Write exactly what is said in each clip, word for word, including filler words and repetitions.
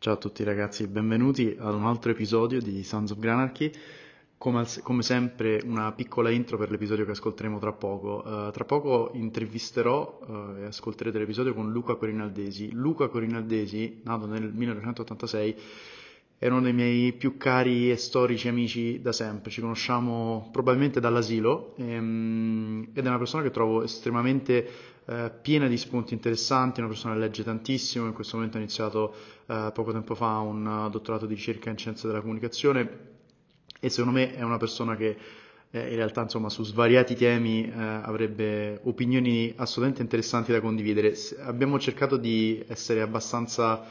Ciao a tutti ragazzi, benvenuti ad un altro episodio di Sons of Granarchy. Come, al- come sempre una piccola intro per l'episodio che ascolteremo tra poco. Eh, tra poco intervisterò eh, e ascolterete l'episodio con Luca Corinaldesi. Luca Corinaldesi, nato nel millenovecentottantasei, è uno dei miei più cari e storici amici da sempre. Ci conosciamo probabilmente dall'asilo ehm, ed è una persona che trovo estremamente eh, piena di spunti interessanti, una persona che legge tantissimo. In questo momento ha iniziato eh, poco tempo fa un uh, dottorato di ricerca in scienze della comunicazione e secondo me è una persona che eh, in realtà insomma su svariati temi eh, avrebbe opinioni assolutamente interessanti da condividere. S- abbiamo cercato di essere abbastanza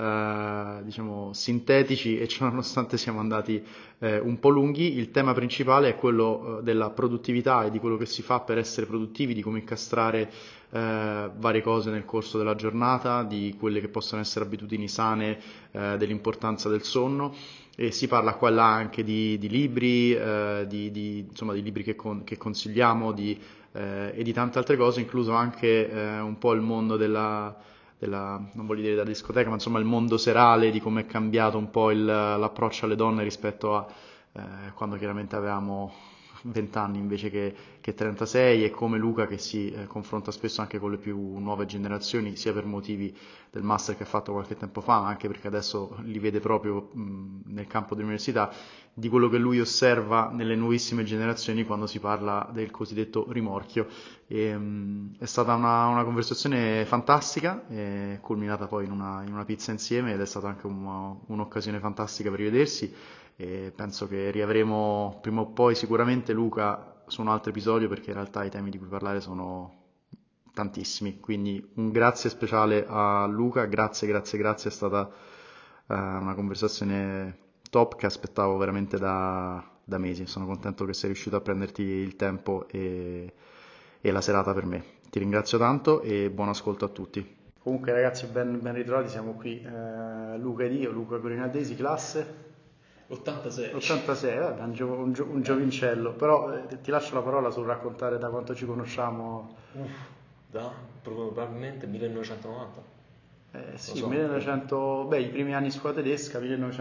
eh, diciamo sintetici e ciò nonostante siamo andati eh, un po' lunghi. Il tema principale è quello eh, della produttività e di quello che si fa per essere produttivi, di come incastrare eh, varie cose nel corso della giornata, di quelle che possono essere abitudini sane, eh, dell'importanza del sonno. E si parla qua e là anche di, di libri, eh, di, di, insomma, di libri che, con- che consigliamo di, eh, e di tante altre cose, incluso anche eh, un po' il mondo della, della, non voglio dire da discoteca, ma insomma il mondo serale, di come è cambiato un po' il- l'approccio alle donne rispetto a eh, quando chiaramente avevamo venti anni invece che, che trentasei, e come Luca che si eh, confronta spesso anche con le più nuove generazioni, sia per motivi del master che ha fatto qualche tempo fa, ma anche perché adesso li vede proprio mh, nel campo dell'università, di quello che lui osserva nelle nuovissime generazioni quando si parla del cosiddetto rimorchio. E, mh, è stata una, una conversazione fantastica, eh, culminata poi in una, in una pizza insieme, ed è stata anche un- un'occasione fantastica per rivedersi. E penso che riavremo prima o poi sicuramente Luca su un altro episodio, perché in realtà i temi di cui parlare sono tantissimi. Quindi un grazie speciale a Luca, grazie, grazie, grazie, è stata eh, una conversazione top che aspettavo veramente da, da mesi. Sono contento che sei riuscito a prenderti il tempo e, e la serata per me. Ti ringrazio tanto e buon ascolto a tutti. Comunque ragazzi, ben, ben ritrovati, siamo qui, eh, Luca ed io, Luca Corinaldesi, classe ottantasei. ottantasei, vabbè, un, gio- un gio- un giovincello, però eh, ti lascio la parola sul raccontare da quanto ci conosciamo. Uff, da probabilmente millenovecentonovanta. Eh, Lo sì, so ancora. millenovecento, beh, i primi anni scuola tedesca,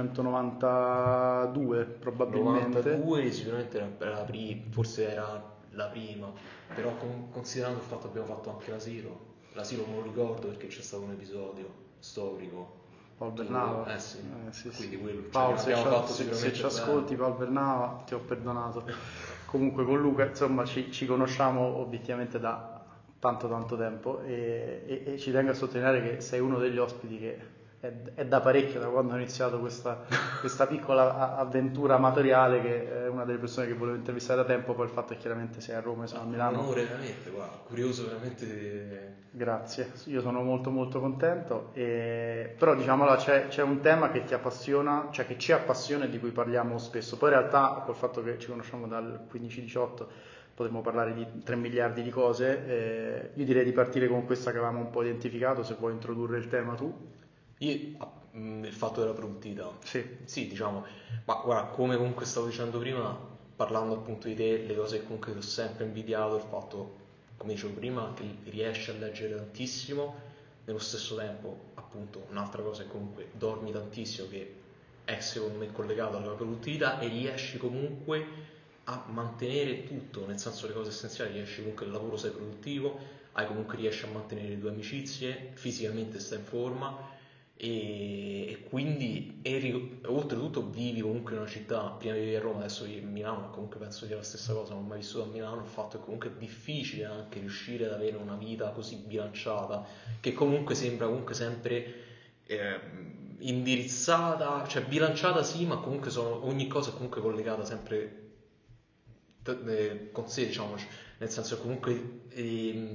millenovecentonovantadue probabilmente. novantadue sicuramente era era la prima, forse era la prima, però con- considerando il fatto che abbiamo fatto anche l'asilo, l'asilo me lo ricordo perché c'è stato un episodio storico. Paul Tu, Bernava, eh sì, eh, sì, sì. quindi quello, cioè che Paolo, ne se ci, abbiamo fatto se- se ci sicuramente ascolti, bello. Paolo Bernava, ti ho perdonato. Comunque con Luca, insomma, ci, ci conosciamo obiettivamente da tanto tanto tempo e, e- e ci tengo a sottolineare che sei uno degli ospiti che è, è da parecchio, da quando ho iniziato questa, questa piccola a- avventura amatoriale, che è una delle persone che volevo intervistare da tempo. Poi il fatto è che chiaramente sei a Roma e sono a Ma un Milano. onore veramente, guarda, curioso veramente di... Grazie, io sono molto molto contento, e... però diciamolo, c'è, c'è un tema che ti appassiona, cioè che ci appassiona e di cui parliamo spesso. Poi in realtà col fatto che ci conosciamo dal quindici diciotto potremmo parlare di tre miliardi di cose. Eh, io direi di partire con questa che avevamo un po' identificato, se vuoi introdurre il tema tu. Io, ah, mh, il fatto della produttività, Sì. sì, diciamo, ma guarda, come comunque stavo dicendo prima, parlando appunto di te, le cose che comunque ti ho sempre invidiato, il fatto, come dicevo prima, che riesci a leggere tantissimo, nello stesso tempo, appunto, un'altra cosa è comunque dormi tantissimo, che è secondo me collegato alla produttività, e riesci comunque a mantenere tutto, nel senso le cose essenziali, riesci comunque al lavoro, sei produttivo, hai comunque riesci a mantenere le tue amicizie, fisicamente stai in forma e, e quindi eri, oltretutto vivi comunque in una città, prima vivevi a Roma, adesso vivi a Milano, ma comunque penso sia la stessa cosa, non ho mai vissuto a Milano. Il fatto è che comunque è difficile anche riuscire ad avere una vita così bilanciata, che comunque sembra comunque sempre eh, indirizzata, cioè bilanciata sì, ma comunque sono, ogni cosa è comunque collegata sempre t- eh, con sé, diciamo, nel senso che comunque ehm,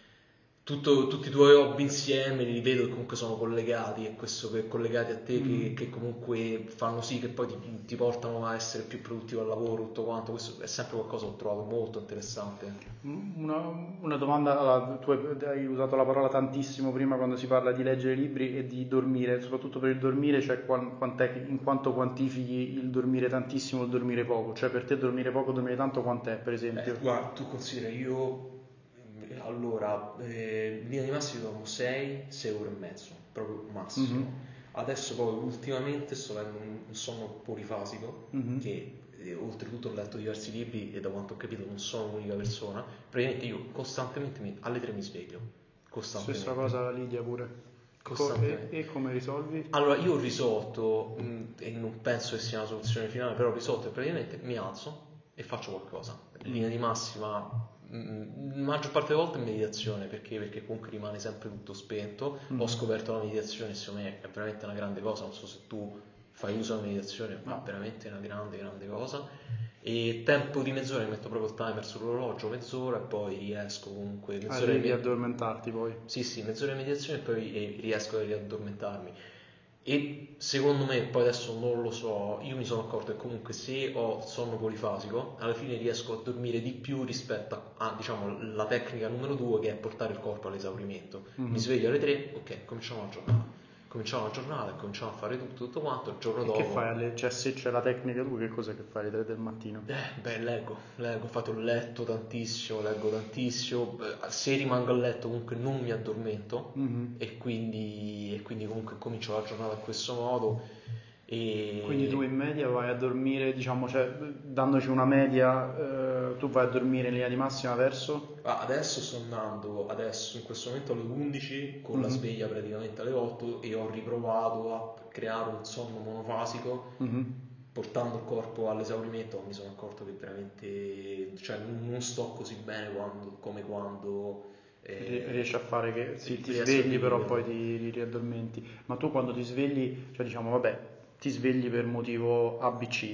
tutto- tutti i tuoi hobby insieme li vedo che comunque sono collegati, e questo che collegati a te che, Mm. che comunque fanno sì che poi ti, ti portano a essere più produttivo al lavoro, tutto quanto. Questo è sempre qualcosa che ho trovato molto interessante. Una, una domanda, allora, tu hai hai usato la parola tantissimo prima quando si parla di leggere libri e di dormire, soprattutto per il dormire, cioè quan- quant'è, in quanto quantifichi il dormire tantissimo o il dormire poco, cioè per te dormire poco, dormire tanto quant'è, per Eh, esempio? guarda, tu considera, io eh, allora, eh, in linea di massimo dormo sei sei ore e mezzo, proprio Mhm. massimo. Adesso poi ultimamente sto avendo un, un sonno polifasico, Mhm. che eh, oltretutto ho letto diversi libri e da quanto ho capito non sono l'unica persona. Praticamente io costantemente mi- alle tre mi sveglio, Stessa costantemente, cosa Lidia pure. Co- e, costantemente. e come risolvi? Allora, io ho risolto, mh, e non penso che sia una soluzione finale, però ho risolto e praticamente mi alzo e faccio qualcosa. In linea di massima, mh, la maggior parte delle volte è meditazione, perché? Perché comunque rimane sempre tutto spento. Ho Mhm. scoperto la meditazione, secondo me è veramente una grande cosa, non so se tu fai uso della meditazione, ma No. veramente è una grande, grande cosa. E tempo di mezz'ora, mi metto proprio il timer sull'orologio, mezz'ora e poi riesco comunque, mezz'ora di Arrivi a med- addormentarti poi. sì, sì, mezz'ora di meditazione e poi eh, riesco a riaddormentarmi. E secondo me, poi adesso non lo so, io mi sono accorto che comunque se ho sonno polifasico, alla fine riesco a dormire di più rispetto a, a, diciamo, la tecnica numero due, che è portare il corpo all'esaurimento. Mi Mhm. sveglio alle tre, ok, cominciamo la giornata. Cominciamo la giornata, cominciamo a fare tutto, tutto quanto, il giorno E che dopo. fai? alle- Cioè, se c'è la tecnica tu, che cos'è che fai alle tre del mattino? Eh, beh, leggo, leggo, infatti ho letto tantissimo, leggo tantissimo. Beh, se rimango a letto comunque non mi addormento Mhm. e quindi, e quindi comunque comincio la giornata in questo modo. Quindi tu E in media vai a dormire, diciamo, cioè, dandoci una media, eh, tu vai a dormire in linea di massima verso? ah, adesso sto andando, adesso in questo momento alle undici con la Mhm. sveglia praticamente alle otto e ho riprovato a creare un sonno monofasico Mhm. portando il corpo all'esaurimento, ma mi sono accorto che veramente, cioè, non sto così bene quando- come quando Ri- eh, Riesci a fare che sì, ti riesco a svegli però poi viverlo. ti, ti riaddormenti. Ma tu quando ti svegli, cioè diciamo, vabbè, ti svegli per motivo A B C,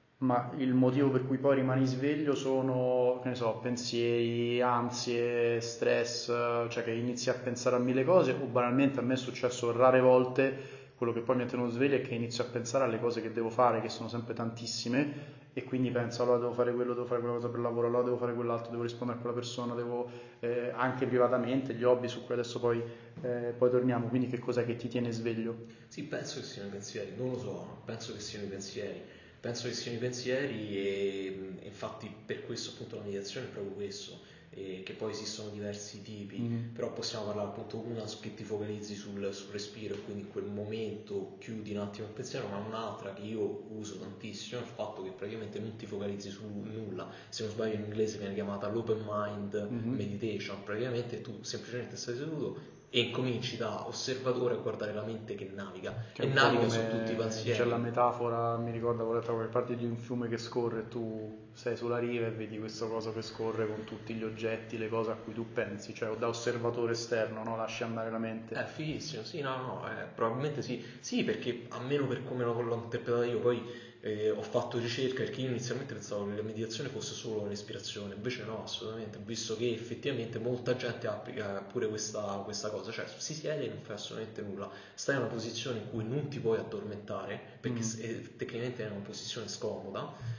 ma il motivo per cui poi rimani sveglio sono, che ne so, pensieri, ansie, stress, cioè che inizi a pensare a mille cose, o banalmente a me è successo rare volte, quello che poi mi ha tenuto sveglio è che inizio a pensare alle cose che devo fare, che sono sempre tantissime, e quindi penso, allora devo fare quello, devo fare quella cosa per lavoro, allora devo fare quell'altro, devo rispondere a quella persona, devo eh, anche privatamente, gli hobby su cui adesso poi, eh, poi torniamo, quindi che cos'è che ti tiene sveglio? Sì, penso che siano i pensieri, non lo so, penso che siano i pensieri, penso che siano i pensieri e mh, infatti per questo appunto la meditazione è proprio questo, e che poi esistono diversi tipi, Mhm. però possiamo parlare appunto una su che ti focalizzi sul, sul respiro e quindi in quel momento chiudi un attimo il pensiero, ma un'altra che io uso tantissimo è il fatto che praticamente non ti focalizzi su nulla, se non sbaglio in inglese viene chiamata l'open mind Mhm. meditation, praticamente tu semplicemente stai seduto e incominci da osservatore a guardare la mente che naviga Che è e un po' naviga su tutti i come c'è la pensieri. metafora, mi ricordo avevo letto quelle parti di un fiume che scorre, tu sei sulla riva e vedi questo coso che scorre con tutti gli oggetti, le cose a cui tu pensi, cioè da osservatore esterno, no? Lasci andare la mente. È fighissimo, sì, no, no, eh, probabilmente sì, sì, perché almeno per come l'ho, l'ho interpretata io, poi eh, ho fatto ricerca perché io inizialmente pensavo che la meditazione fosse solo la respirazione, invece no, assolutamente, ho visto che effettivamente molta gente applica pure questa, questa cosa, cioè si siede e non fa assolutamente nulla, stai in una posizione in cui non ti puoi addormentare, perché Mm. eh, tecnicamente è una posizione scomoda,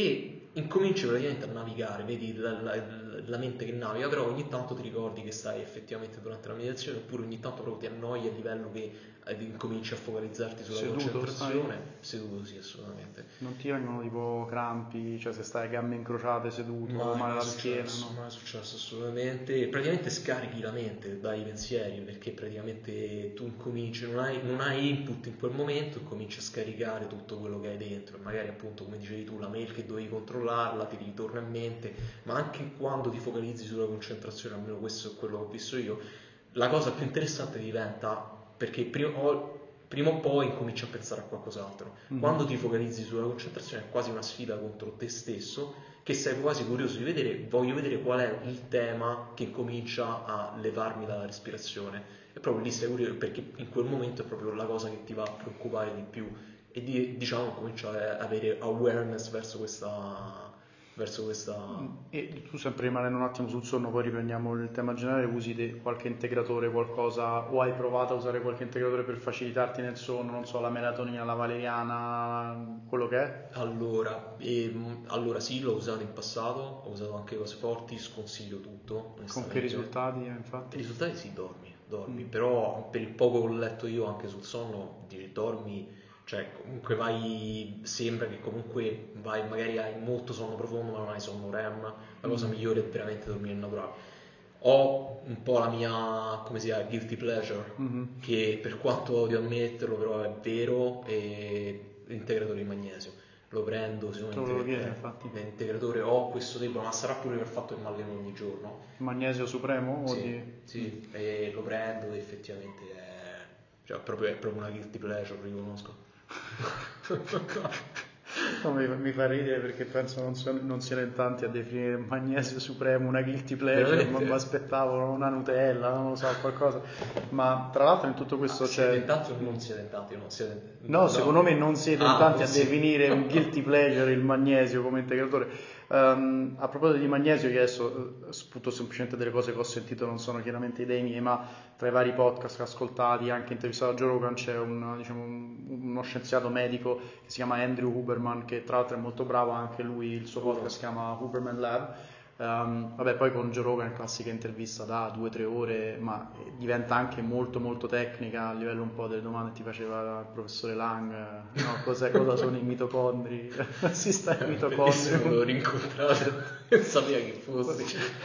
e incominci praticamente a navigare, vedi la, la- la mente che naviga, però ogni tanto ti ricordi che stai effettivamente durante la meditazione, oppure ogni tanto proprio ti annoi a livello che eh, incominci a focalizzarti sulla Seduto stai? concentrazione, seduto sì, assolutamente. Non ti vengono tipo crampi, cioè se stai a gambe incrociate seduto, Mai, male mai è alla schiena, successo, no? mai è successo assolutamente. Praticamente scarichi la mente dai pensieri perché praticamente tu incominci, non hai, non hai input in quel momento, incominci a scaricare tutto quello che hai dentro. E magari appunto, come dicevi tu, la mail che dovevi controllarla ti ritorna in mente, ma anche quando ti focalizzi sulla concentrazione, almeno questo è quello che ho visto io, la cosa più interessante diventa perché prima o, prima o poi incominci a pensare a qualcos'altro. Mhm. Quando ti focalizzi sulla concentrazione è quasi una sfida contro te stesso che sei quasi curioso di vedere, voglio vedere qual è il tema che comincia a levarmi dalla respirazione. E proprio lì sei curioso perché in quel momento è proprio la cosa che ti va a preoccupare di più e di, diciamo comincio a avere awareness verso questa verso questa E tu sempre rimanendo un attimo sul sonno, poi riprendiamo il tema generale, usi de- qualche integratore, qualcosa, o hai provato a usare qualche integratore per facilitarti nel sonno, non so, la melatonina, la valeriana, quello che è? allora, ehm, allora sì, l'ho usato in passato, ho usato anche cose forti, sconsiglio tutto, Con che onestamente. risultati, eh, I infatti? risultati sì, dormi, dormi, Mm. però per il poco che ho letto io anche sul sonno, dici, dormi, cioè comunque vai, sembra che comunque vai, magari hai molto sonno profondo ma non hai sonno REM, la cosa Mhm. migliore è veramente dormire naturale. Ho un po' la mia, come si chiama, guilty pleasure, Mm-hmm. che per quanto odio ammetterlo, però è vero, è l'integratore di magnesio. Lo prendo sicuramente l'integratore, ho questo debole, ma sarà pure per il fatto che mi alleno ogni giorno. Magnesio supremo? Sì, o di... sì, mm. e lo prendo e effettivamente è, cioè, proprio, è proprio una guilty pleasure, riconosco. No, mi, mi fa ridere perché penso non, so, non siano in tanti a definire magnesio supremo una guilty pleasure, ma mi aspettavo una Nutella, non lo so, qualcosa. Ma tra l'altro in tutto questo ah, c'è... Siete in tanti o non siete in tanti? Non siete... No, no, secondo me non siete in ah, tanti a sì. definire un guilty pleasure il magnesio come integratore. Um, a proposito di magnesio, io adesso sputo semplicemente delle cose che ho sentito, non sono chiaramente idee mie, ma tra i vari podcast che ho ascoltati, anche intervistato a Joe Rogan, c'è un, diciamo, un, uno scienziato medico che si chiama Andrew Huberman, che tra l'altro è molto bravo, anche lui, il suo podcast si chiama Huberman Lab. Um, vabbè, poi con Joe Rogan classica intervista da due o tre ore, ma diventa anche molto molto tecnica a livello un po' delle domande che ti faceva il professore Lang, no, cos'è, cosa sono i mitocondri, si sta in mitocondri. L'ho rincontrato, non sapeva chi fosse.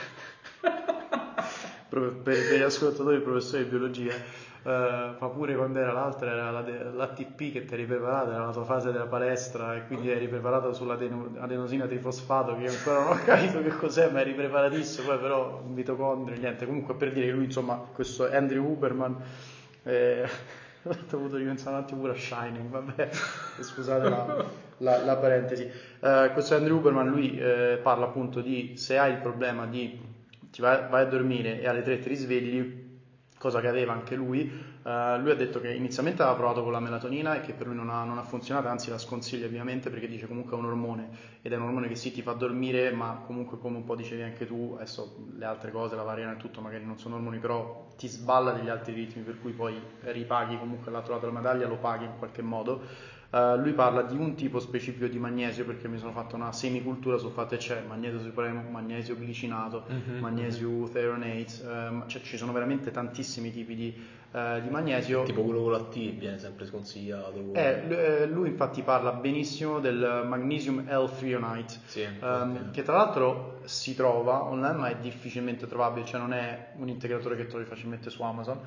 per, per gli ascoltatori il professore di biologia, uh, fa pure quando era l'altra, era l'A T P che ti eri preparato, era la tua fase della palestra e quindi eri preparato sull'adenosina trifosfato, che io ancora non ho capito che cos'è, ma eri preparatissimo, poi però un mitocondrio, niente, comunque per dire lui, insomma, questo Andrew Huberman, eh, ho dovuto ripensare un attimo pure a Shining, vabbè, scusate la, la, la parentesi. Uh, questo Andrew Huberman, lui eh, parla appunto di se hai il problema di ti vai, vai a dormire e alle tre ti risvegli, cosa che aveva anche lui. Uh, lui ha detto che inizialmente aveva provato con la melatonina e che per lui non ha, non ha funzionato, anzi la sconsiglia ovviamente perché dice comunque è un ormone ed è un ormone che sì ti fa dormire, ma comunque come un po' dicevi anche tu, adesso le altre cose, la variano e tutto magari non sono ormoni, però ti sballa degli altri ritmi per cui poi ripaghi comunque l'altro lato della medaglia, lo paghi in qualche modo. Uh, lui parla di un tipo specifico di magnesio perché mi sono fatto una semicultura sul fatto che c'è magnesio supremo, magnesio glicinato, mm-hmm, magnesio mm-hmm. threonate, um, cioè ci sono veramente tantissimi tipi di, uh, di magnesio. Tipo quello con la T viene sempre sconsigliato. Eh, lui infatti parla benissimo del magnesium L-threonate, sì, um, che tra l'altro si trova online ma è difficilmente trovabile, cioè non è un integratore che trovi facilmente su Amazon.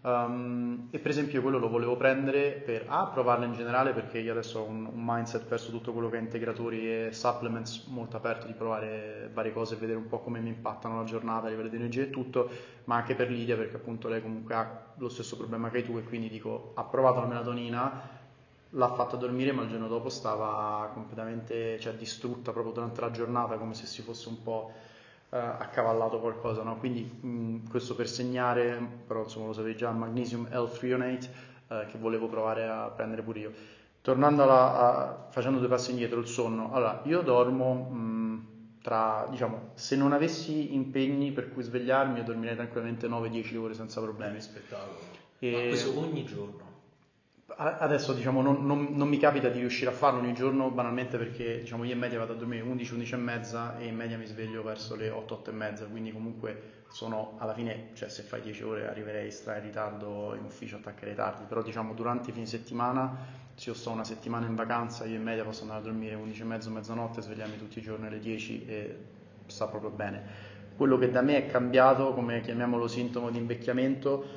Um, e per esempio quello lo volevo prendere per A, provarlo in generale perché io adesso ho un, un mindset verso tutto quello che è integratori e supplements molto aperto di provare varie cose e vedere un po' come mi impattano la giornata a livello di energia e tutto, ma anche per Lidia perché appunto lei comunque ha lo stesso problema che tu e quindi dico ha provato la melatonina, l'ha fatta dormire ma il giorno dopo stava completamente, cioè, distrutta proprio durante la giornata come se si fosse un po' Uh, accavallato qualcosa, no? Quindi mh, questo per segnare, però insomma lo sapevi già, magnesium L-threonate uh, che volevo provare a prendere pure io. Tornando alla, a, facendo due passi indietro, il sonno. Allora, io dormo mh, tra, diciamo, se non avessi impegni per cui svegliarmi, io dormirei tranquillamente nove dieci ore senza problemi. Spettacolo. E... Ma questo ogni giorno? Adesso diciamo non, non, non mi capita di riuscire a farlo ogni giorno banalmente perché diciamo io in media vado a dormire undici undici e mezza e in media mi sveglio verso le otto otto e mezza, quindi comunque sono alla fine, cioè se fai dieci ore arriverei stra in ritardo in ufficio, attaccherei tardi, però diciamo durante i fine settimana, se io sto una settimana in vacanza io in media posso andare a dormire undici e mezza, mezzanotte, svegliarmi tutti i giorni alle dieci e sta proprio bene. Quello che da me è cambiato, come chiamiamolo sintomo di invecchiamento,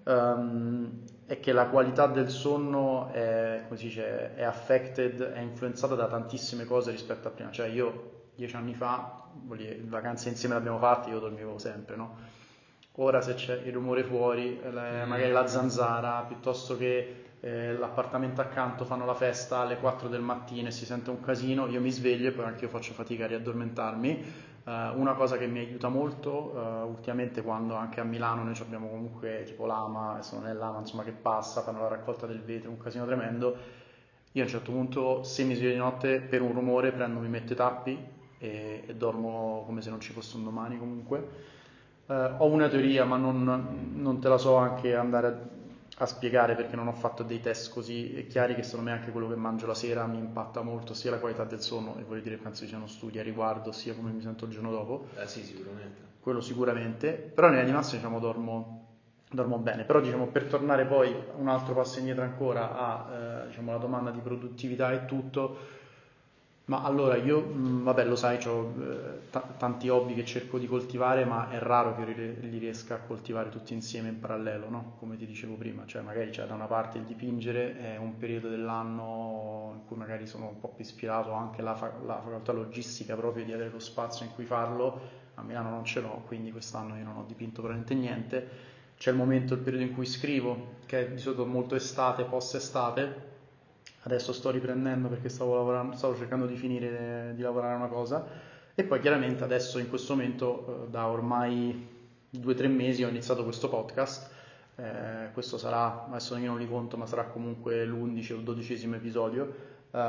um, è che la qualità del sonno è, come si dice, è affected, è influenzata da tantissime cose rispetto a prima. Cioè io dieci anni fa, le vacanze insieme le abbiamo fatte, io dormivo sempre, no? Ora se c'è il rumore fuori, le, magari la zanzara, piuttosto che eh, l'appartamento accanto fanno la festa alle quattro del mattino e si sente un casino, io mi sveglio e poi anche io faccio fatica a riaddormentarmi. Uh, una cosa che mi aiuta molto uh, ultimamente, quando anche a Milano noi abbiamo comunque tipo l'Ama, adesso non è l'Ama insomma che passa, fanno la raccolta del vetro, un casino tremendo, io a un certo punto se mi sveglio di notte per un rumore prendo, mi metto i tappi e, e dormo come se non ci fosse un domani comunque. Uh, ho una teoria ma non, non te la so anche andare a, a spiegare perché non ho fatto dei test così chiari, che secondo me anche quello che mangio la sera mi impatta molto sia la qualità del sonno, e voglio dire penso ci siano studi a riguardo, sia come mi sento il giorno dopo. Eh sì, sicuramente. Quello sicuramente, però nella di massima diciamo dormo, dormo bene. Però diciamo per tornare poi un altro passo indietro ancora a eh, diciamo la domanda di produttività e tutto, Ma allora io, mh, vabbè, lo sai, ho tanti hobby che cerco di coltivare, ma è raro che ri- li riesca a coltivare tutti insieme in parallelo, no? Come ti dicevo prima, cioè magari c'è da una parte il dipingere, è un periodo dell'anno in cui magari sono un po' più ispirato, ho anche la, fa- la facoltà logistica proprio di avere lo spazio in cui farlo. A Milano non ce l'ho, quindi quest'anno io non ho dipinto praticamente niente. C'è il momento, il periodo in cui scrivo, che è di solito molto estate, post-estate. Adesso sto riprendendo perché stavo lavorando, stavo cercando di finire di lavorare una cosa. E poi chiaramente adesso in questo momento, eh, da ormai due o tre mesi ho iniziato questo podcast. Eh, questo sarà, adesso io non li conto, ma sarà comunque l'undicesimo o il dodicesimo episodio.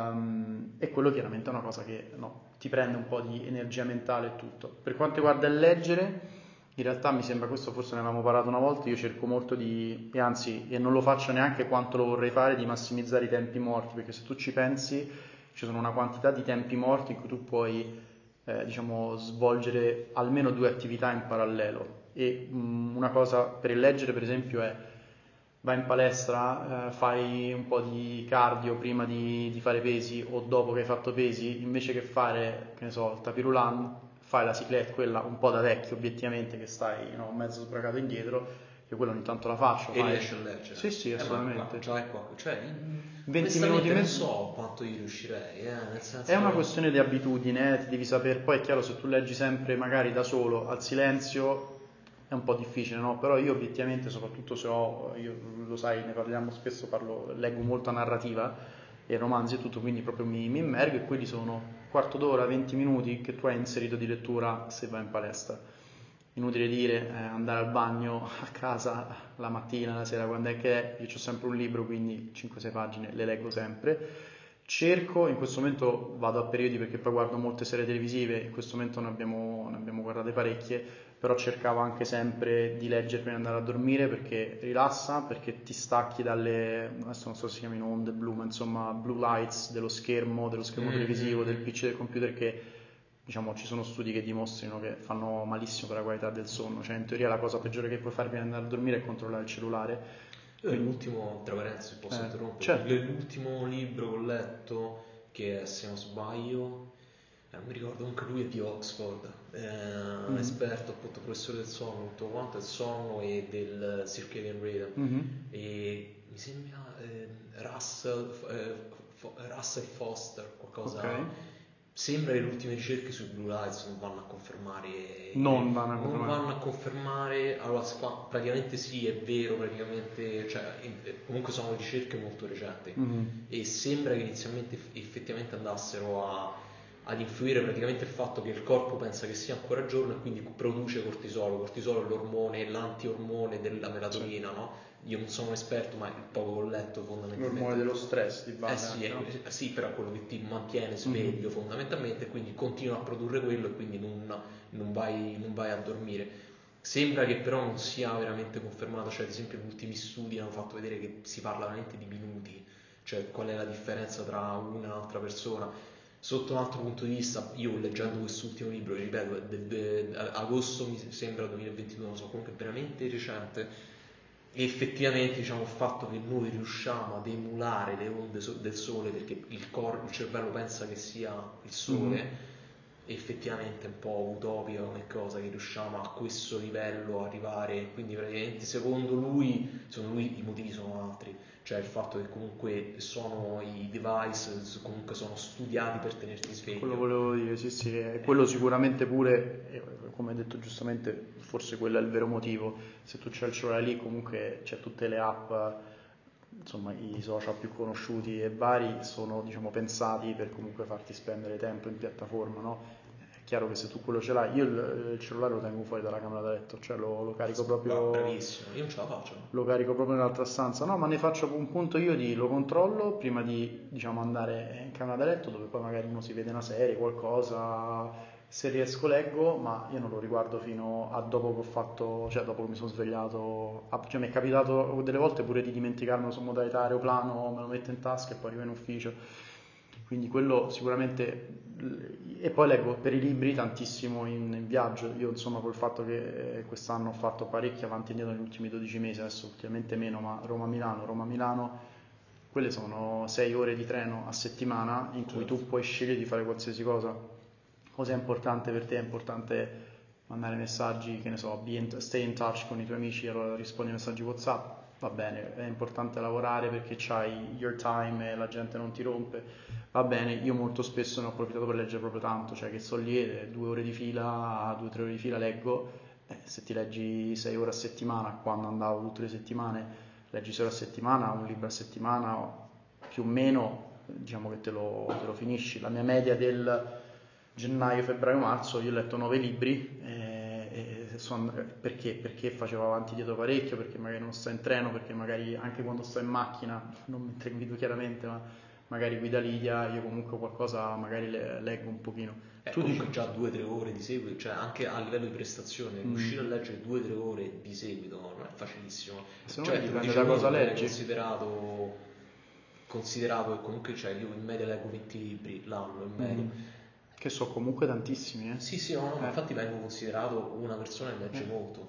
Um, e quello chiaramente è una cosa che no, ti prende un po' di energia mentale e tutto. Per quanto riguarda il leggere, in realtà mi sembra, questo forse ne avevamo parlato una volta, io cerco molto di, e anzi, e non lo faccio neanche quanto lo vorrei fare, di massimizzare i tempi morti, perché se tu ci pensi ci sono una quantità di tempi morti in cui tu puoi, eh, diciamo, svolgere almeno due attività in parallelo. E mh, una cosa per il leggere, per esempio, è vai in palestra, eh, fai un po' di cardio prima di, di fare pesi o dopo che hai fatto pesi, invece che fare, che ne so, il tapirulan, fai la cicletta, quella un po' da vecchio obiettivamente, che stai, no, mezzo sbracato indietro. Io quella ogni tanto la faccio. E fai... riesci a leggere? Sì, sì, Eh, assolutamente. ma, cioè, qua, cioè, venti minuti non mezzo. so quanto io riuscirei, eh, nel senso... È una questione di abitudine, eh, ti devi sapere, poi è chiaro, se tu leggi sempre magari da solo, al silenzio, è un po' difficile, no? Però io obiettivamente, soprattutto se ho, io lo sai, ne parliamo spesso, parlo, leggo molta narrativa e romanzi e tutto, quindi proprio mi, mi immergo, e quelli sono quarto d'ora, venti minuti che tu hai inserito di lettura se vai in palestra. Inutile dire, eh, andare al bagno a casa la mattina, la sera, quando è che è, io ho sempre un libro, quindi cinque sei pagine le leggo sempre. Cerco, in questo momento vado a periodi perché poi guardo molte serie televisive, in questo momento ne abbiamo, ne abbiamo guardate parecchie, però cercavo anche sempre di leggere prima di andare a dormire perché rilassa, perché ti stacchi dalle, adesso non so se si chiamino onde blu, ma insomma blue lights dello schermo, dello schermo Mm-hmm. televisivo, del P C, del computer, che diciamo ci sono studi che dimostrano che fanno malissimo per la qualità del sonno, cioè in teoria la cosa peggiore che puoi fare prima di andare a dormire è controllare il cellulare. Io l'ultimo, tra parentesi, posso Eh, interrompere? certo. L'ultimo libro che ho letto, che se non sbaglio, eh, non mi ricordo, comunque lui è di Oxford, eh, Mm-hmm. esperto, appunto, professore del sonno, tutto quanto, del sonno e del circadian rhythm. Mm-hmm. E mi sembra eh, Russell, eh, Fo- Russell Foster, qualcosa. Ok. Sembra che le ultime ricerche sui blue lights non vanno a confermare. Non vanno a Non confermare. vanno a confermare. Allora, si fa- praticamente sì, è vero, praticamente, cioè, eh, comunque sono ricerche molto recenti. Mm-hmm. E sembra che inizialmente eff- effettivamente andassero a, ad influire praticamente il fatto che il corpo pensa che sia ancora giorno e quindi produce cortisolo. Cortisolo è l'ormone, l'antiormone della melatonina, Sì. no? Io non sono un esperto, ma il poco che ho letto fondamentalmente. L'ormone dello stress di Eh base sì, anche, è- no? eh sì, però quello che ti mantiene sveglio Mhm. fondamentalmente, quindi continua a produrre quello e quindi non, non vai, non vai a dormire. Sembra che però non sia veramente confermato, cioè ad esempio gli ultimi studi hanno fatto vedere che si parla veramente di minuti, cioè qual è la differenza tra una e un'altra persona. Sotto un altro punto di vista, io leggendo quest'ultimo libro, ripeto, del, del- agosto mi sembra duemilaventidue, non so, comunque è veramente recente, e effettivamente diciamo il fatto che noi riusciamo ad emulare le onde so- del sole perché il, cor- il cervello pensa che sia il sole, Mhm. effettivamente è un po' utopica come cosa che riusciamo a questo livello arrivare, quindi praticamente secondo lui, secondo lui i motivi sono altri, cioè il fatto che comunque sono i device, comunque sono studiati per tenerti Quello sveglio. volevo dire, sì, sì, e quello sicuramente pure, eh, come hai detto giustamente, forse quello è il vero motivo. Se tu c'hai il cellulare lì, comunque c'è tutte le app, insomma, i social più conosciuti e vari sono, diciamo, pensati per comunque farti spendere tempo in piattaforma, no? È chiaro che se tu quello ce l'hai, io il, il cellulare lo tengo fuori dalla camera da letto, cioè lo, lo carico proprio. Bravissimo, io non ce la faccio. Lo carico proprio nell'altra stanza, no, ma ne faccio un punto io di lo controllo prima di, diciamo, andare in camera da letto, dove poi magari uno si vede una serie, qualcosa, se riesco leggo, ma io non lo riguardo fino a dopo che ho fatto, cioè dopo che mi sono svegliato. Ah, cioè mi è capitato delle volte pure di dimenticarmelo su modalità aeroplano, me lo metto in tasca e poi arrivo in ufficio. Quindi quello sicuramente. E poi leggo per i libri tantissimo in, in viaggio. Io insomma col fatto che eh, quest'anno ho fatto parecchi avanti e indietro negli ultimi dodici mesi, adesso ultimamente meno, ma Roma-Milano, Roma-Milano, quelle sono sei ore di treno a settimana in cui Certo. tu puoi scegliere di fare qualsiasi cosa. Cosa è importante per te? È importante mandare messaggi, che ne so, be in, stay in touch con i tuoi amici, allora rispondi ai messaggi WhatsApp, va bene. È importante lavorare perché c'hai your time e la gente non ti rompe, va bene. Io molto spesso ne ho approfittato per leggere proprio tanto, cioè che sto lì e due ore di fila, due o tre ore di fila leggo. Eh, se ti leggi sei ore a settimana, quando andavo tutte le settimane, leggi sei ore a settimana, un libro a settimana, più o meno, diciamo che te lo, te lo finisci. La mia media del gennaio, febbraio, marzo, io ho letto nove libri, eh, e son- perché? Perché facevo avanti e dietro parecchio, perché magari non sto in treno, perché magari anche quando sto in macchina, non mentre guido chiaramente, ma magari guida Lidia, io comunque qualcosa magari le- leggo un pochino. Eh, Tu dici, comunque già due o tre ore di seguito, cioè anche a livello di prestazione, riuscire a mm, leggere due o tre ore di seguito non è facilissimo. secondo me Cioè, te lo dipende da dicevo io, cosa magari leggi. considerato, considerato che comunque cioè, io in media leggo venti libri l'anno, in media. Mm, che so comunque tantissimi, eh. Sì, sì, no, no, ma Eh, infatti vengo considerato una persona che legge eh. molto.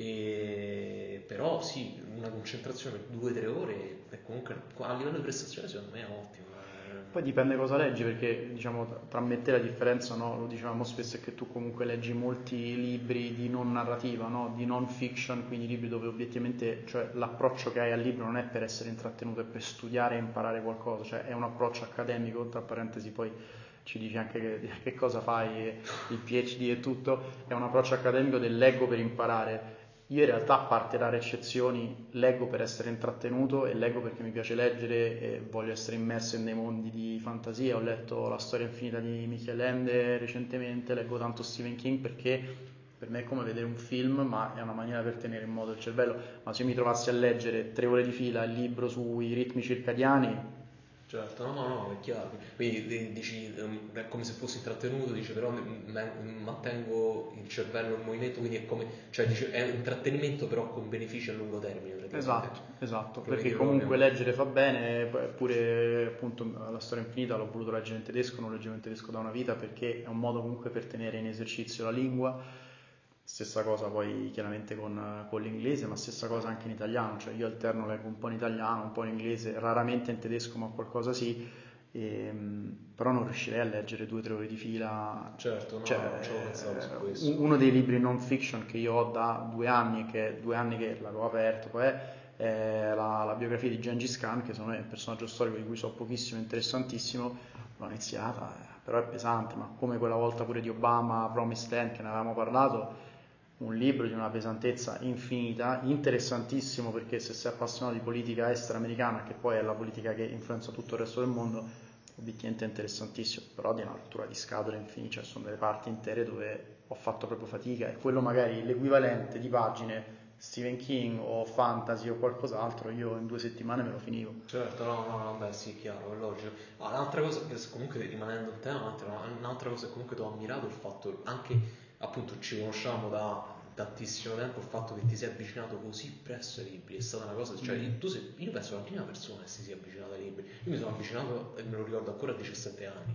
E... Però sì, una concentrazione per due o tre ore è comunque a livello di prestazione secondo me è ottima. Poi dipende cosa leggi, perché diciamo tra tra me e te la differenza, no? Lo dicevamo spesso, è che tu comunque leggi molti libri di non narrativa, no? Di non fiction, quindi libri dove obiettivamente, cioè l'approccio che hai al libro non è per essere intrattenuto, è per studiare e imparare qualcosa, cioè è un approccio accademico. Tra parentesi poi ci dici anche che, che cosa fai, il PhD e tutto, è un approccio accademico del leggo per imparare. Io in realtà, a parte rare eccezioni, leggo per essere intrattenuto e leggo perché mi piace leggere e voglio essere immerso nei mondi di fantasia. Ho letto La storia infinita di Michael Ende recentemente, leggo tanto Stephen King perché per me è come vedere un film, ma è una maniera per tenere in moto il cervello. Ma se io mi trovassi a leggere tre ore di fila il libro sui ritmi circadiani, Certo, no, no, no, è chiaro. Quindi eh, dici, ehm, è come se fossi intrattenuto, dici, però m- m- mantengo il cervello in movimento, quindi è come, cioè dici, è un intrattenimento però con benefici a lungo termine praticamente. esatto, esatto, Lo perché vedi comunque proprio. leggere fa bene, pure appunto La storia infinita l'ho voluto leggere in tedesco, non leggevo in tedesco da una vita perché è un modo comunque per tenere in esercizio la lingua. Stessa cosa poi chiaramente con, con l'inglese, ma stessa cosa anche in italiano, cioè io alterno, leggo un po' in italiano, un po' in inglese, raramente in tedesco, ma qualcosa sì, e, però non riuscirei a leggere due o tre ore di fila. Certo, no, no, non ci avevo pensato su Cioè, questo. uno dei libri non fiction che io ho da due anni, che è due anni che l'avevo aperto, poi è, è la, la biografia di Gengis Khan, che secondo me è un personaggio storico di cui so pochissimo, interessantissimo. L'ho iniziata, eh, però è pesante, ma come quella volta pure di Obama, Promised Land, che ne avevamo parlato, un libro di una pesantezza infinita, interessantissimo perché se sei appassionato di politica estera americana, che poi è la politica che influenza tutto il resto del mondo, obiettivamente è interessantissimo, però di una rottura di scatole infinita, cioè sono delle parti intere dove ho fatto proprio fatica, e quello magari l'equivalente di pagine Stephen King o fantasy o qualcos'altro, io in due settimane me lo finivo. Certo, no, no, no, beh sì, chiaro, è logico. Ma un'altra cosa che comunque rimanendo in tema, un'altra, un'altra cosa che comunque ti ho ammirato è il fatto, anche appunto ci conosciamo da tantissimo tempo, il fatto che ti sei avvicinato così presto ai libri, è stata una cosa, cioè Mm. tu sei, io penso la prima persona che si sia avvicinata ai libri, io mi sono avvicinato e me lo ricordo ancora a diciassette anni,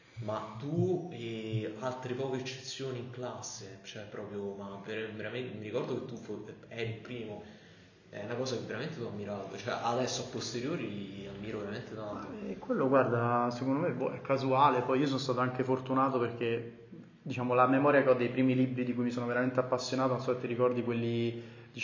ma tu e altre poche eccezioni in classe, cioè proprio, ma ver- veramente mi ricordo che tu fo- eri il primo. È una cosa che veramente ti ho ammirato, cioè adesso a posteriori ammiro veramente tanto. E quello, guarda, secondo me boh, è casuale, poi io sono stato anche fortunato perché, diciamo, la memoria che ho dei primi libri di cui mi sono veramente appassionato, non so se ti ricordi quelli,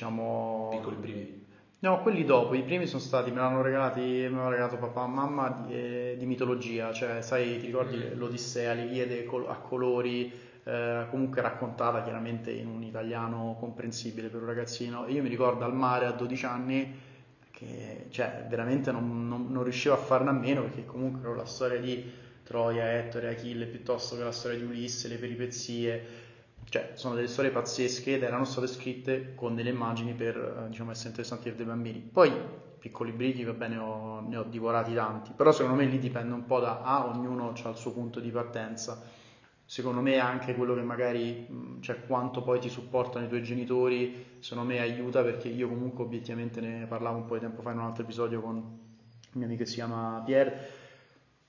Piccoli diciamo, brividi. no, quelli dopo, i primi sono stati, me l'hanno regalati, me l'hanno regalato papà e mamma di, eh, di mitologia, cioè, sai, ti ricordi Mm. l'Odissea, l'Iliade col- a colori, eh, comunque raccontata chiaramente in un italiano comprensibile per un ragazzino, e io mi ricordo al mare a dodici anni che cioè, veramente non, non- non riuscivo a farne a meno, perché comunque con la storia di Troia, Ettore, Achille, piuttosto che la storia di Ulisse, le peripezie, cioè sono delle storie pazzesche ed erano state scritte con delle immagini per eh, diciamo, essere interessanti per dei bambini. Poi piccoli brividi, va bene, ho- ne ho divorati tanti, però secondo me lì dipende un po' da A, ognuno ha il suo punto di partenza. Secondo me anche quello che magari, mh, cioè quanto poi ti supportano i tuoi genitori, secondo me aiuta, perché io comunque obiettivamente ne parlavo un po' di tempo fa in un altro episodio con un mio amico che si chiama Pierre.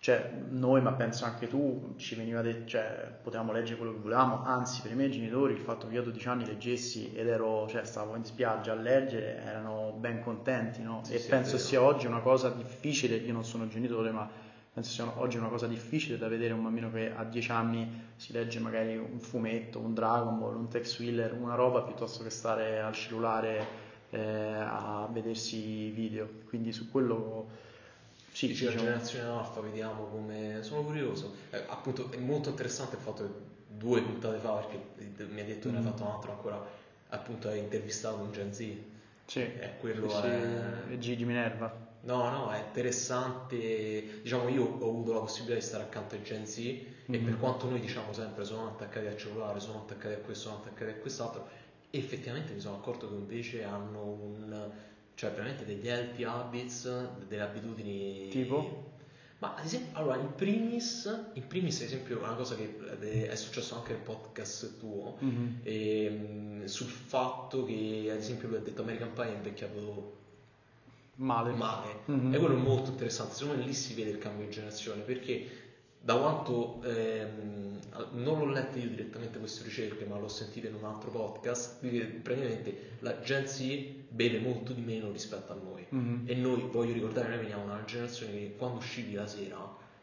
cioè noi, ma penso anche tu, ci veniva detto, cioè potevamo leggere quello che volevamo, anzi per i miei genitori il fatto che io a dodici anni leggessi ed ero, cioè stavo in spiaggia a leggere, erano ben contenti, no? Sì, E sì, è penso vero. sia oggi una cosa difficile, io non sono genitore, ma penso sia oggi una cosa difficile da vedere un bambino che a dieci anni si legge magari un fumetto, un Dragon Ball, un Tex Willer, una roba, piuttosto che stare al cellulare eh, a vedersi video. Quindi su quello sì, Dici la diciamo. generazione alfa, vediamo come... Sono curioso. Eh, appunto è molto interessante il fatto che due puntate fa, perché mi ha detto che ne ha Mm. fatto un'altra ancora, appunto hai intervistato un Gen Z. Sì, E sì, quello sì, è... e Gigi Minerva. No, no, è interessante. Diciamo, io ho avuto la possibilità di stare accanto ai Gen Z e per Mhm. quanto noi diciamo sempre sono attaccati al cellulare, sono attaccati a questo, sono attaccati a quest'altro, effettivamente mi sono accorto che invece hanno un... cioè veramente degli healthy habits, delle abitudini... Tipo? Ma ad esempio, allora, in primis, in primis, ad esempio, una cosa che eh, è successo anche nel podcast tuo, Mhm. ehm, sul fatto che, ad esempio, lui ha detto American Pie è invecchiato Male. male. Mhm. E quello è molto interessante, secondo me lì si vede il cambio di generazione, perché da quanto ehm, non l'ho letto io direttamente queste ricerche, ma l'ho sentito in un altro podcast, che praticamente la Gen Z beve molto di meno rispetto a noi. Mhm. E noi, voglio ricordare, noi veniamo da una generazione che quando uscivi la sera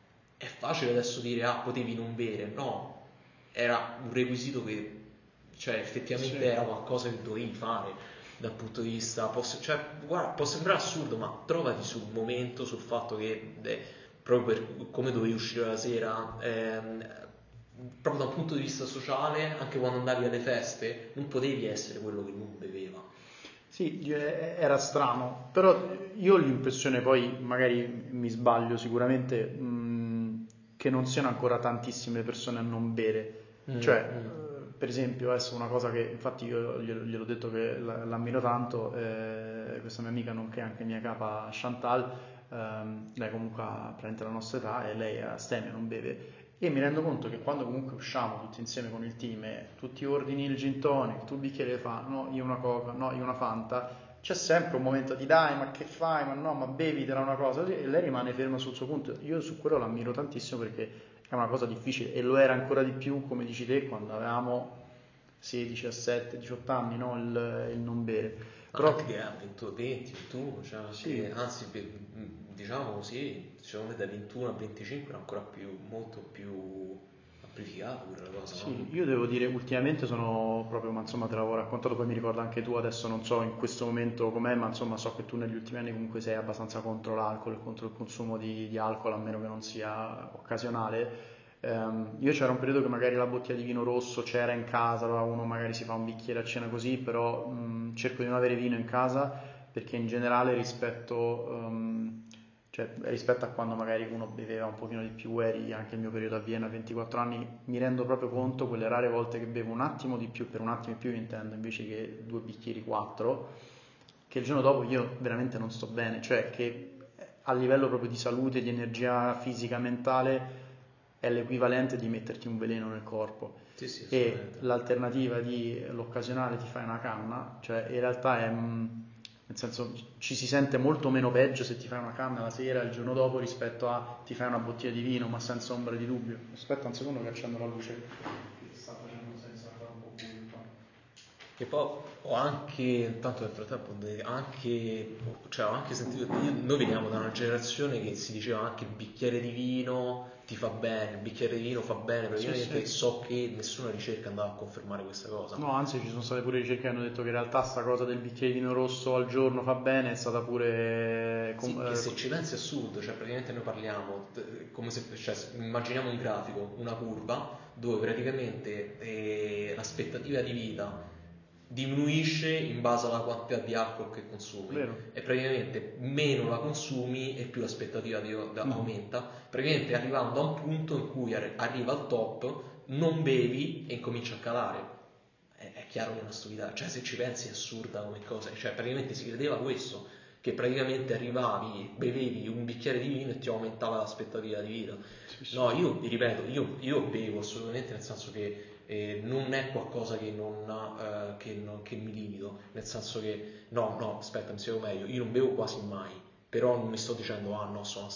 è facile adesso dire ah, potevi non bere, no, era un requisito che, cioè, effettivamente Sì. era qualcosa che dovevi fare dal punto di vista, posso, cioè, guarda, può sembrare assurdo, ma trovati sul momento, sul fatto che eh, proprio per come dovevi uscire la sera, ehm, proprio dal punto di vista sociale, anche quando andavi alle feste, non potevi essere quello che non beveva. Sì, eh, era strano, però io ho l'impressione, poi magari mi sbaglio sicuramente, mh, che non siano ancora tantissime persone a non bere. Mm, Cioè, mm. eh, per esempio, adesso una cosa che infatti io glielo, gliel'ho detto che la- l'ammiro tanto, eh, questa mia amica, nonché anche mia capa Chantal, ehm, lei comunque ha praticamente la nostra età e lei è astemia, non beve. E mi rendo conto che quando comunque usciamo tutti insieme con il team e tutti ordini il gin tonic, tu il bicchiere fa, no, io una coca, no, io una fanta, c'è sempre un momento di dai, ma che fai, ma no, ma bevi, te una cosa, e lei rimane ferma sul suo punto. Io su quello l'ammiro tantissimo perché è una cosa difficile e lo era ancora di più, come dici te, quando avevamo sedici, diciassette, diciotto anni, no, il, il non bere. Ma Però anche che ha venti, ventuno, cioè sì, anche, anzi, be- diciamo così, secondo me da ventuno a venticinque era ancora più, molto più amplificato quella cosa, sì, no? io devo dire ultimamente sono proprio, ma insomma te l'avevo raccontato, poi mi ricordo anche tu, adesso non so in questo momento com'è, ma insomma so che tu negli ultimi anni comunque sei abbastanza contro l'alcol e contro il consumo di, di alcol, a meno che non sia occasionale. Ehm, io c'era un periodo che magari la bottiglia di vino rosso c'era in casa, allora uno magari si fa un bicchiere a cena così, però mh, cerco di non avere vino in casa perché in generale rispetto... ehm, cioè rispetto a quando magari uno beveva un pochino di più, eri anche il mio periodo a Vienna a ventiquattro anni, mi rendo proprio conto quelle rare volte che bevo un attimo di più, per un attimo in più intendo, invece che due bicchieri, quattro, che il giorno dopo io veramente non sto bene, cioè che a livello proprio di salute, di energia fisica, mentale, è l'equivalente di metterti un veleno nel corpo. Sì, sì, E assolutamente. l'alternativa di l'occasionale ti fai una canna, cioè in realtà è... mh, nel senso ci si sente molto meno peggio se ti fai una canna la sera il giorno dopo rispetto a ti fai una bottiglia di vino, ma senza ombra di dubbio. Aspetta un secondo che accendo la luce. Che sta facendo senza fare un po' buio qua. Che poi ho anche, tanto nel frattempo, anche, cioè, ho anche sentito, io- noi veniamo da una generazione che si diceva anche il bicchiere di vino ti fa bene, il bicchiere di vino fa bene, Sì, praticamente sì. so che nessuna ricerca andava a confermare questa cosa. No, anzi ci sono state pure ricerche che hanno detto che in realtà sta cosa del bicchiere di vino rosso al giorno fa bene, è stata pure... com- Sì, che eh, se ci pensi è assurdo, cioè praticamente noi parliamo, t- come se, cioè, immaginiamo un grafico, una curva, dove praticamente eh, l'aspettativa di vita diminuisce in base alla quantità di alcol che consumi vero? e praticamente meno la consumi e più l'aspettativa di, da- Mhm. aumenta, praticamente arrivando a un punto in cui arri- arriva al top, non bevi e incomincia a calare. È, è chiaro che è una stupidità, cioè se ci pensi è assurda come cosa, cioè praticamente si credeva questo, che praticamente arrivavi, bevevi un bicchiere di vino e ti aumentava l'aspettativa di vita. Sì, sì. No, io vi ripeto, io, io bevo assolutamente, nel senso che eh, non è qualcosa che, non, eh, che, non- che mi limito, nel senso che no, no, aspetta, mi spiego meglio, io non bevo quasi mai, però non mi sto dicendo ah no, sono astemio.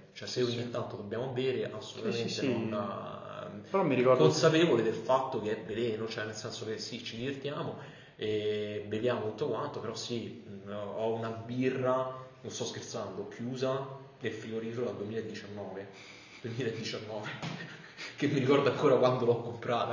cioè se ogni sì. tanto dobbiamo bere, assolutamente sì, sì, non... sì. Però mi ricordo... consapevole del fatto che è veleno, cioè nel senso che sì, ci divertiamo e beviamo tutto quanto, però sì, ho una birra, non sto scherzando, chiusa nel frigorifero dal duemiladiciannove, duemiladiciannove che mi ricordo ancora quando l'ho comprata.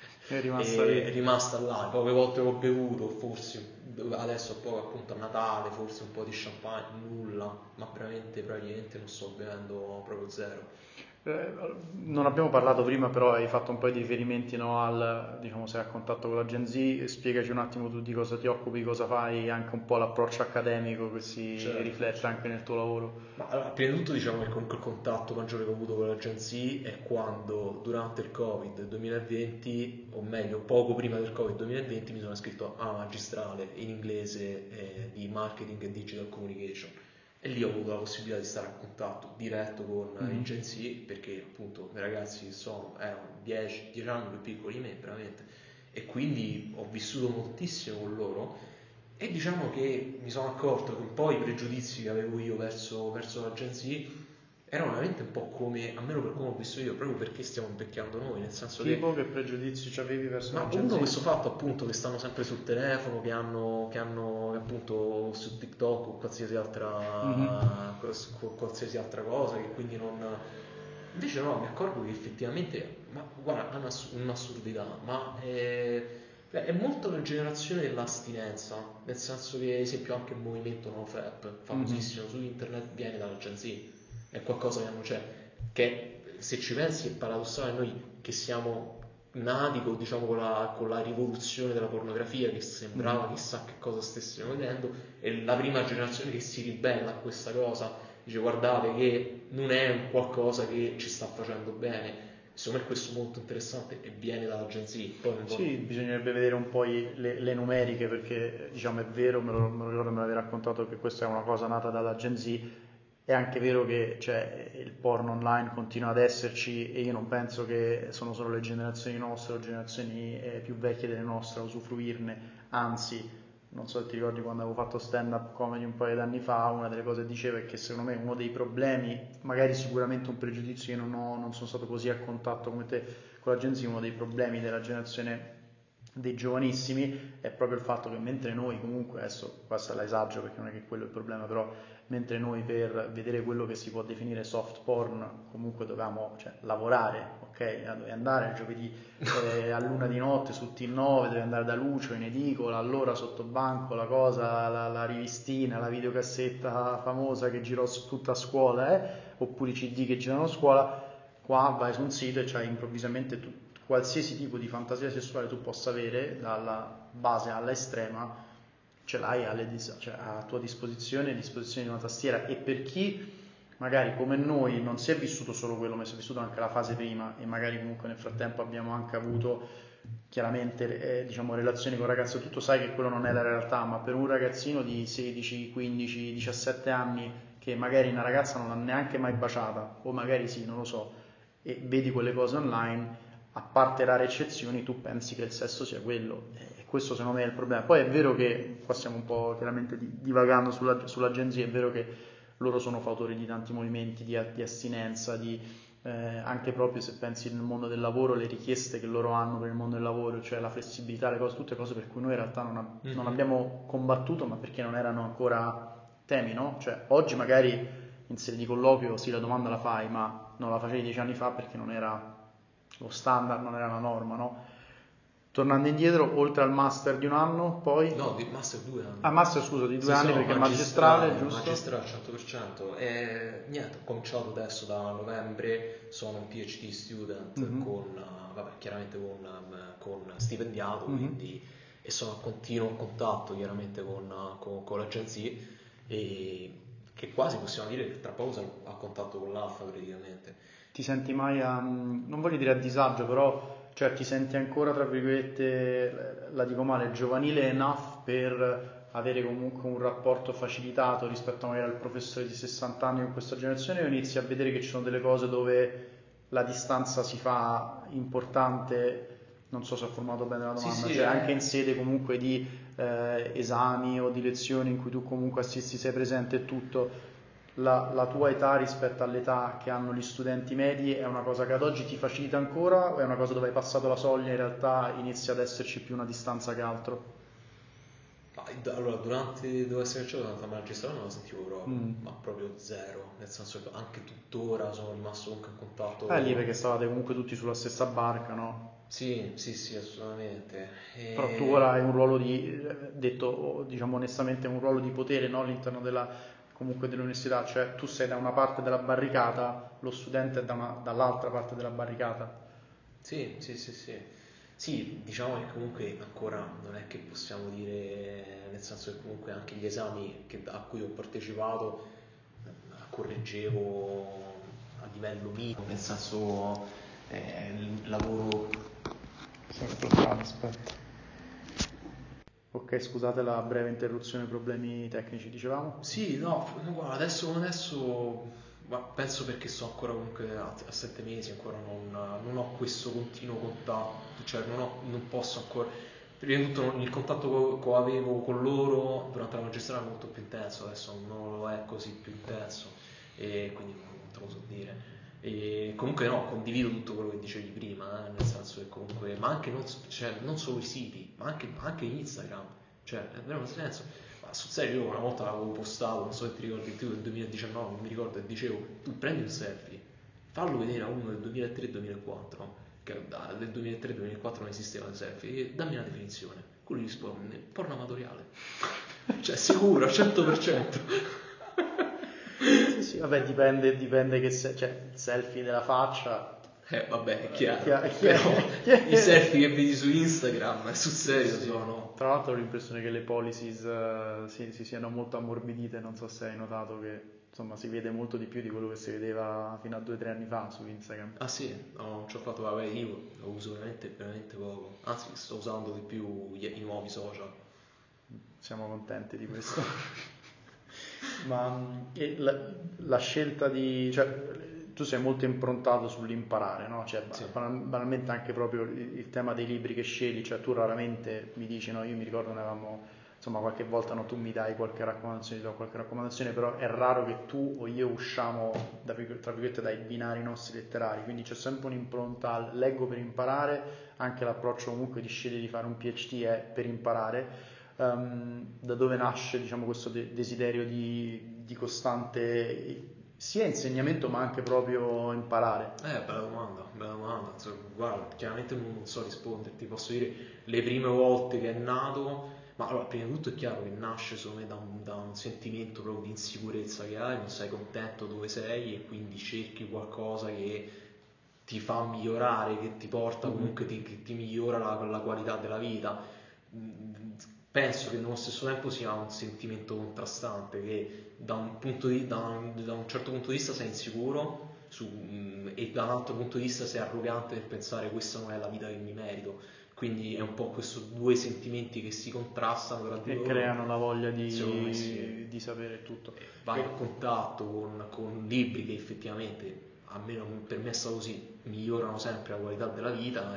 È rimasta E lì. è rimasta là, poche volte l'ho bevuto, forse adesso poi appunto a Natale, forse un po' di champagne, nulla, ma veramente praticamente non sto bevendo proprio zero. Eh, non abbiamo parlato prima, però hai fatto un po' di riferimenti, no, al, diciamo, sei a contatto con la Gen Z, spiegaci un attimo tu di cosa ti occupi, cosa fai, anche un po' l'approccio accademico che si Certo, riflette certo. anche nel tuo lavoro. Ma allora, prima di tutto diciamo che comunque il contatto maggiore che ho avuto con la Gen Z è quando durante il Covid duemilaventi, o meglio poco prima del Covid duemilaventi, mi sono iscritto a una magistrale in inglese eh, di marketing e digital communication. E lì ho avuto la possibilità di stare a contatto diretto con Mm-hmm. i Gen Z, perché appunto i ragazzi sono, erano dieci anni più piccoli di me veramente, e quindi ho vissuto moltissimo con loro. E diciamo che mi sono accorto che un po' i pregiudizi che avevo io verso, verso la Gen Z erano veramente un po' come, almeno per come ho visto io, proprio perché stiamo invecchiando noi, nel senso Tipo che... che pregiudizi ci avevi verso Ma la Gen uno, Z? questo fatto appunto che stanno sempre sul telefono, che hanno, che hanno appunto su TikTok o qualsiasi Mm-hmm. altra, qualsiasi altra cosa, che quindi non... Invece no, mi accorgo che effettivamente, ma guarda, è un'ass- un'assurdità, ma è, è molto la generazione dell'astinenza, nel senso che ad esempio anche il movimento NoFap, famosissimo Mm-hmm. su internet, viene dalla Gen Z, è qualcosa che hanno, cioè, che se ci pensi è paradossale noi che siamo nati con, diciamo, con, la, con la rivoluzione della pornografia, che sembrava Mm-hmm. chissà che cosa stessimo vedendo, e la prima generazione che si ribella a questa cosa, dice guardate che non è un qualcosa che ci sta facendo bene. Secondo me questo è molto interessante e viene dalla Gen Z. Poi non Sì, bisognerebbe vedere un po' i- le, le numeriche, perché diciamo è vero, me lo, me lo ricordo, me l'avevi raccontato, che questa è una cosa nata dalla Gen Z. È anche vero che, cioè, il porno online continua ad esserci, e io non penso che sono solo le generazioni nostre o generazioni eh, più vecchie delle nostre a usufruirne, anzi, non so se ti ricordi quando avevo fatto stand up comedy un paio d'anni fa, una delle cose che dicevo è che secondo me uno dei problemi, magari sicuramente un pregiudizio, io non, ho, non sono stato così a contatto come te con la Gen Z, uno dei problemi della generazione dei giovanissimi è proprio il fatto che mentre noi comunque, adesso questa la esagero perché non è che quello è il problema, però mentre noi per vedere quello che si può definire soft porn comunque dovevamo, cioè, lavorare, ok? Dovevi andare il giovedì eh, a luna di notte su T nove, dovevi andare da Lucio in edicola, allora sotto banco la cosa, la, la rivistina, la videocassetta famosa che girò tutta a scuola, eh? Oppure i C D che girano a scuola. Qua vai su un sito e c'hai improvvisamente tu, qualsiasi tipo di fantasia sessuale tu possa avere, dalla base all'estrema, ce l'hai alle, cioè, a tua disposizione, a disposizione di una tastiera. E per chi magari come noi non si è vissuto solo quello, ma si è vissuto anche la fase prima, e magari comunque nel frattempo abbiamo anche avuto chiaramente eh, diciamo relazioni con ragazze, tutto, sai che quello non è la realtà, ma per un ragazzino di sedici, quindici, diciassette anni che magari una ragazza non l'ha neanche mai baciata, o magari sì, non lo so, e vedi quelle cose online, a parte rare eccezioni, tu pensi che il sesso sia quello, e questo secondo me è il problema. Poi è vero che, qua stiamo un po' chiaramente divagando sulla, sulla Gen Z, è vero che loro sono fautori di tanti movimenti di, di astinenza, di, eh, anche proprio se pensi nel mondo del lavoro, le richieste che loro hanno per il mondo del lavoro, cioè la flessibilità, le cose, tutte cose per cui noi in realtà non, ab- Mm-hmm. non abbiamo combattuto, ma perché non erano ancora temi, no? Cioè oggi magari in sede di colloquio sì, la domanda la fai, ma non la facevi dieci anni fa perché non era lo standard, non era la norma, no? Tornando indietro, oltre al master di un anno, poi... No, di master due anni. Ah, master, scusa, di due Sì, sì, anni no, perché magistrale, magistrale, giusto? magistrale al cento per cento. E niente, ho cominciato adesso da novembre, sono un PhD student Mhm. con, uh, vabbè, chiaramente con, um, con stipendiato, Mhm. quindi, e sono a continuo contatto chiaramente con, uh, con, con la Gen Z, e che quasi possiamo dire che tra poco sono a contatto con l'alfa praticamente. Ti senti mai a, non voglio dire a disagio, però cioè ti senti ancora, tra virgolette, la dico male, giovanile enough per avere comunque un rapporto facilitato rispetto magari al professore di sessanta anni con questa generazione, o inizi a vedere che ci sono delle cose dove la distanza si fa importante? Non so se ho formato bene la domanda, Sì, sì, cioè eh. anche in sede comunque di eh, esami o di lezioni in cui tu comunque assisti, sei presente e tutto, la, la tua età rispetto all'età che hanno gli studenti medi è una cosa che ad oggi ti facilita ancora o è una cosa dove hai passato la soglia e in realtà inizia ad esserci più una distanza che altro? Allora, durante, devo essere sincero, durante la magistrale non la sentivo proprio, Mm. ma proprio zero, nel senso che anche tuttora sono rimasto comunque in contatto. Eh, lì perché stavate comunque tutti sulla stessa barca, no? Sì, sì, sì, assolutamente. E... Però tu ora hai un ruolo di, detto diciamo onestamente, un ruolo di potere, no? All'interno della, comunque dell'università, cioè tu sei da una parte della barricata, lo studente è da una- dall'altra parte della barricata. Sì, sì, sì, sì. Sì, diciamo che comunque ancora non è che possiamo dire, nel senso che comunque anche gli esami che- a cui ho partecipato eh, correggevo a livello mio, nel senso eh, il lavoro. Aspetta, aspetta. Ok, scusate la breve interruzione, problemi tecnici, dicevamo? Sì, no, f- guarda, adesso, adesso ma penso perché sto ancora comunque a, a sette mesi, ancora non, non ho questo continuo contatto, cioè non, ho- non posso ancora. Prima di tutto non- il contatto che avevo con loro durante la magistrale è molto più intenso, adesso non lo è così più intenso e quindi non te lo so dire. E comunque no, condivido tutto quello che dicevi prima, eh, nel senso che comunque, ma anche non, s- cioè, non solo i siti, ma anche, anche Instagram, cioè è vero nel senso. Ma sul serio, io una volta l'avevo postato, non so se ti ricordi tu, del duemiladiciannove, non mi ricordo, e dicevo, tu prendi un selfie, fallo vedere a uno del duemilatré-duemilaquattro, che da- del duemilatré-duemilaquattro non esisteva il selfie, e dammi una definizione. Quello risponde, porno amatoriale. Cioè, sicuro, al cento per cento. Sì, sì, vabbè, dipende, dipende che se, cioè, il selfie della faccia. Eh, vabbè, è chiaro, Chi ha- chi però è- i selfie che vedi su Instagram, sul Sì, serio, sì. sono... Tra l'altro ho l'impressione che le policies eh, si, si siano molto ammorbidite, non so se hai notato che insomma si vede molto di più di quello che si vedeva fino a due o tre anni fa su Instagram. Ah sì, no, non ci ho fatto, vabbè, io lo uso veramente, veramente poco, anzi sto usando di più gli- i nuovi social. Siamo contenti di questo. Ma mh, e la, la scelta di, cioè, tu sei molto improntato sull'imparare, no? Cioè, ba- Sì. banal- banalmente anche proprio il, il tema dei libri che scegli, cioè tu raramente mi dici, no, io mi ricordo ne avevamo, insomma, qualche volta no, tu mi dai qualche raccomandazione, ti do qualche raccomandazione, però è raro che tu o io usciamo, da, virg- tra virgolette, dai binari nostri letterari, quindi c'è sempre un'impronta al leggo per imparare, anche l'approccio comunque di scegliere di fare un PhD è per imparare. Um, da dove nasce, diciamo, questo de- desiderio di, di costante sia insegnamento ma anche proprio imparare? Eh, bella domanda, bella domanda. Insomma, guarda, chiaramente non, non so risponderti, posso dire le prime volte che è nato, ma allora, prima di tutto è chiaro che nasce secondo me da un, da un sentimento proprio di insicurezza che hai, non sei contento dove sei e quindi cerchi qualcosa che ti fa migliorare, che ti porta comunque, ti, che ti migliora la, la qualità della vita. Mm, Penso che nello stesso tempo sia un sentimento contrastante, che da un, punto di, da un, da un certo punto di vista sei insicuro su, mm, e da un altro punto di vista sei arrogante nel pensare questa non è la vita che mi merito. Quindi è un po' questi due sentimenti che si contrastano tra di E loro. creano la voglia Secondo me sì. di, di sapere tutto. Eh, vai a contatto con, con libri che effettivamente, almeno per me è stato così, migliorano sempre la qualità della vita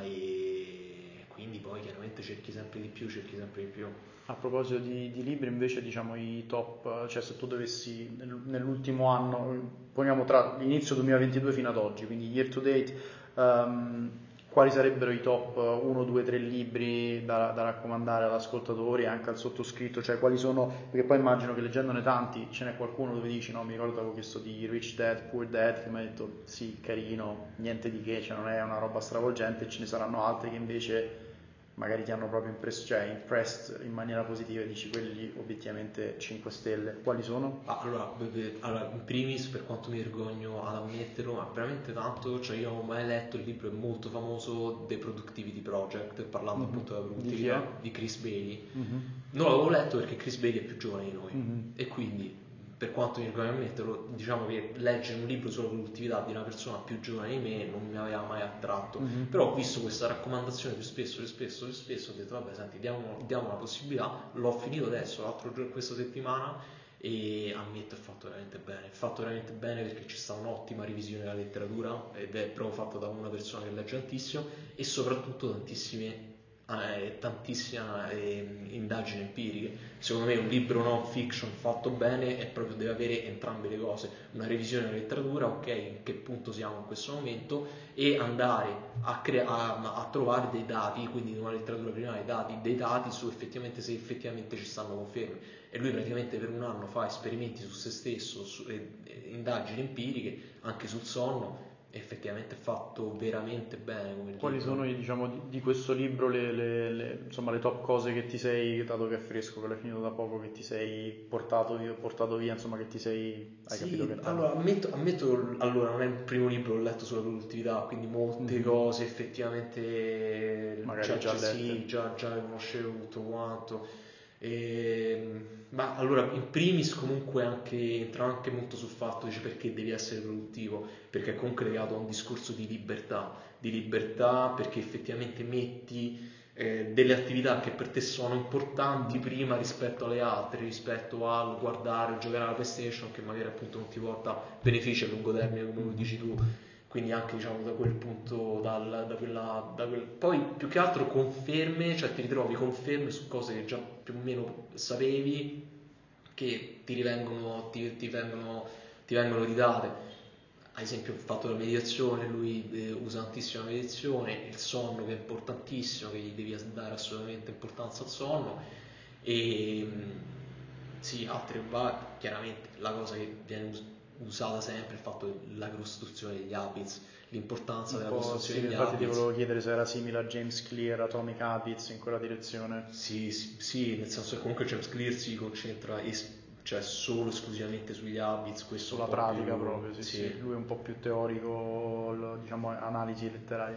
e quindi poi chiaramente cerchi sempre di più, cerchi sempre di più. A proposito di, di libri, invece, diciamo i top, cioè se tu dovessi nel- nell'ultimo anno, poniamo tra l'inizio duemilaventidue fino ad oggi, quindi year to date, ehm, quali sarebbero i top uno, due, tre libri da, da raccomandare all'ascoltatore e anche al sottoscritto? Cioè quali sono, perché poi immagino che leggendone tanti ce n'è qualcuno dove dici no, mi ricordo avevo chiesto di Rich Dad, Poor Dad, che mi ha detto sì, carino, niente di che, cioè non è una roba stravolgente, e ce ne saranno altri che invece magari ti hanno proprio impress- cioè, impressed in maniera positiva e dici quelli obiettivamente cinque stelle. Quali sono? Ah, allora, beh, allora, in primis, per quanto mi vergogno ad ammetterlo, ma veramente tanto, cioè io non ho mai letto il libro, è molto famoso, The Productivity Project, parlando Mhm. appunto della Di chi produttività, è? di Chris Bailey. Mhm. Non l'avevo letto perché Chris Bailey è più giovane di noi Mhm. e quindi, per quanto mi vergogno ad ammetterlo, diciamo che leggere un libro sulla produttività di una persona più giovane di me non mi aveva mai attratto. Mhm. Però ho visto questa raccomandazione più spesso, più spesso, più spesso, ho detto vabbè senti, diamo, diamo una possibilità, l'ho finito adesso, l'altro giorno, questa settimana e ammetto è fatto veramente bene, è fatto veramente bene perché ci sta un'ottima revisione della letteratura ed è proprio fatto da una persona che legge tantissimo e soprattutto tantissime eh, tantissima eh, indagini empiriche. Secondo me un libro non fiction fatto bene è proprio, deve avere entrambe le cose, una revisione della letteratura, ok, in che punto siamo in questo momento, e andare a, crea- a, a trovare dei dati, quindi in una letteratura primaria dati, dei dati su effettivamente se effettivamente ci stanno conferme. E lui praticamente per un anno fa esperimenti su se stesso, su, eh, indagini empiriche anche sul sonno. Effettivamente è fatto veramente bene come Quali libro. sono, diciamo, di, di questo libro le, le- le- insomma, le top cose che ti sei, dato che è fresco, che l'hai finito da poco, che ti sei portato, via- portato via, insomma, che ti sei, hai capito che Sì, te. allora ammetto, ammetto, allora non è il primo libro che ho letto sulla produttività, quindi molte Mhm. cose effettivamente Magari cioè, già cioè, lette. sì, già, già le conoscevo tutto quanto. E, ma allora in primis comunque anche, entra anche molto sul fatto, dice, perché devi essere produttivo, perché è comunque legato a un discorso di libertà, di libertà perché effettivamente metti eh, delle attività che per te sono importanti prima rispetto alle altre, rispetto al guardare o giocare alla PlayStation, che magari appunto non ti porta benefici a lungo termine come lo dici tu. Quindi anche diciamo da quel punto, dal, da quella, da quel... poi più che altro conferme, cioè ti ritrovi conferme su cose che già più o meno sapevi, che ti rivengono, ti, ti vengono, ti vengono ridate. Ad esempio, ho fatto la meditazione, lui eh, usa tantissimo la meditazione, il sonno che è importantissimo, che gli devi dare assolutamente importanza al sonno. E mh, sì, altre va, chiaramente la cosa che viene us- usata sempre è il fatto della costruzione degli habits, l'importanza Un della po' sì, costruzione degli infatti ti habits. volevo chiedere se era simile a James Clear, Atomic Habits, in quella direzione. Sì, sì, sì, nel senso che comunque James Clear si concentra es- cioè solo esclusivamente sugli habits, questo è un Sulla po' pratica più... proprio, sì, sì, Sì, lui è un po' più teorico, l- diciamo, analisi letteraria.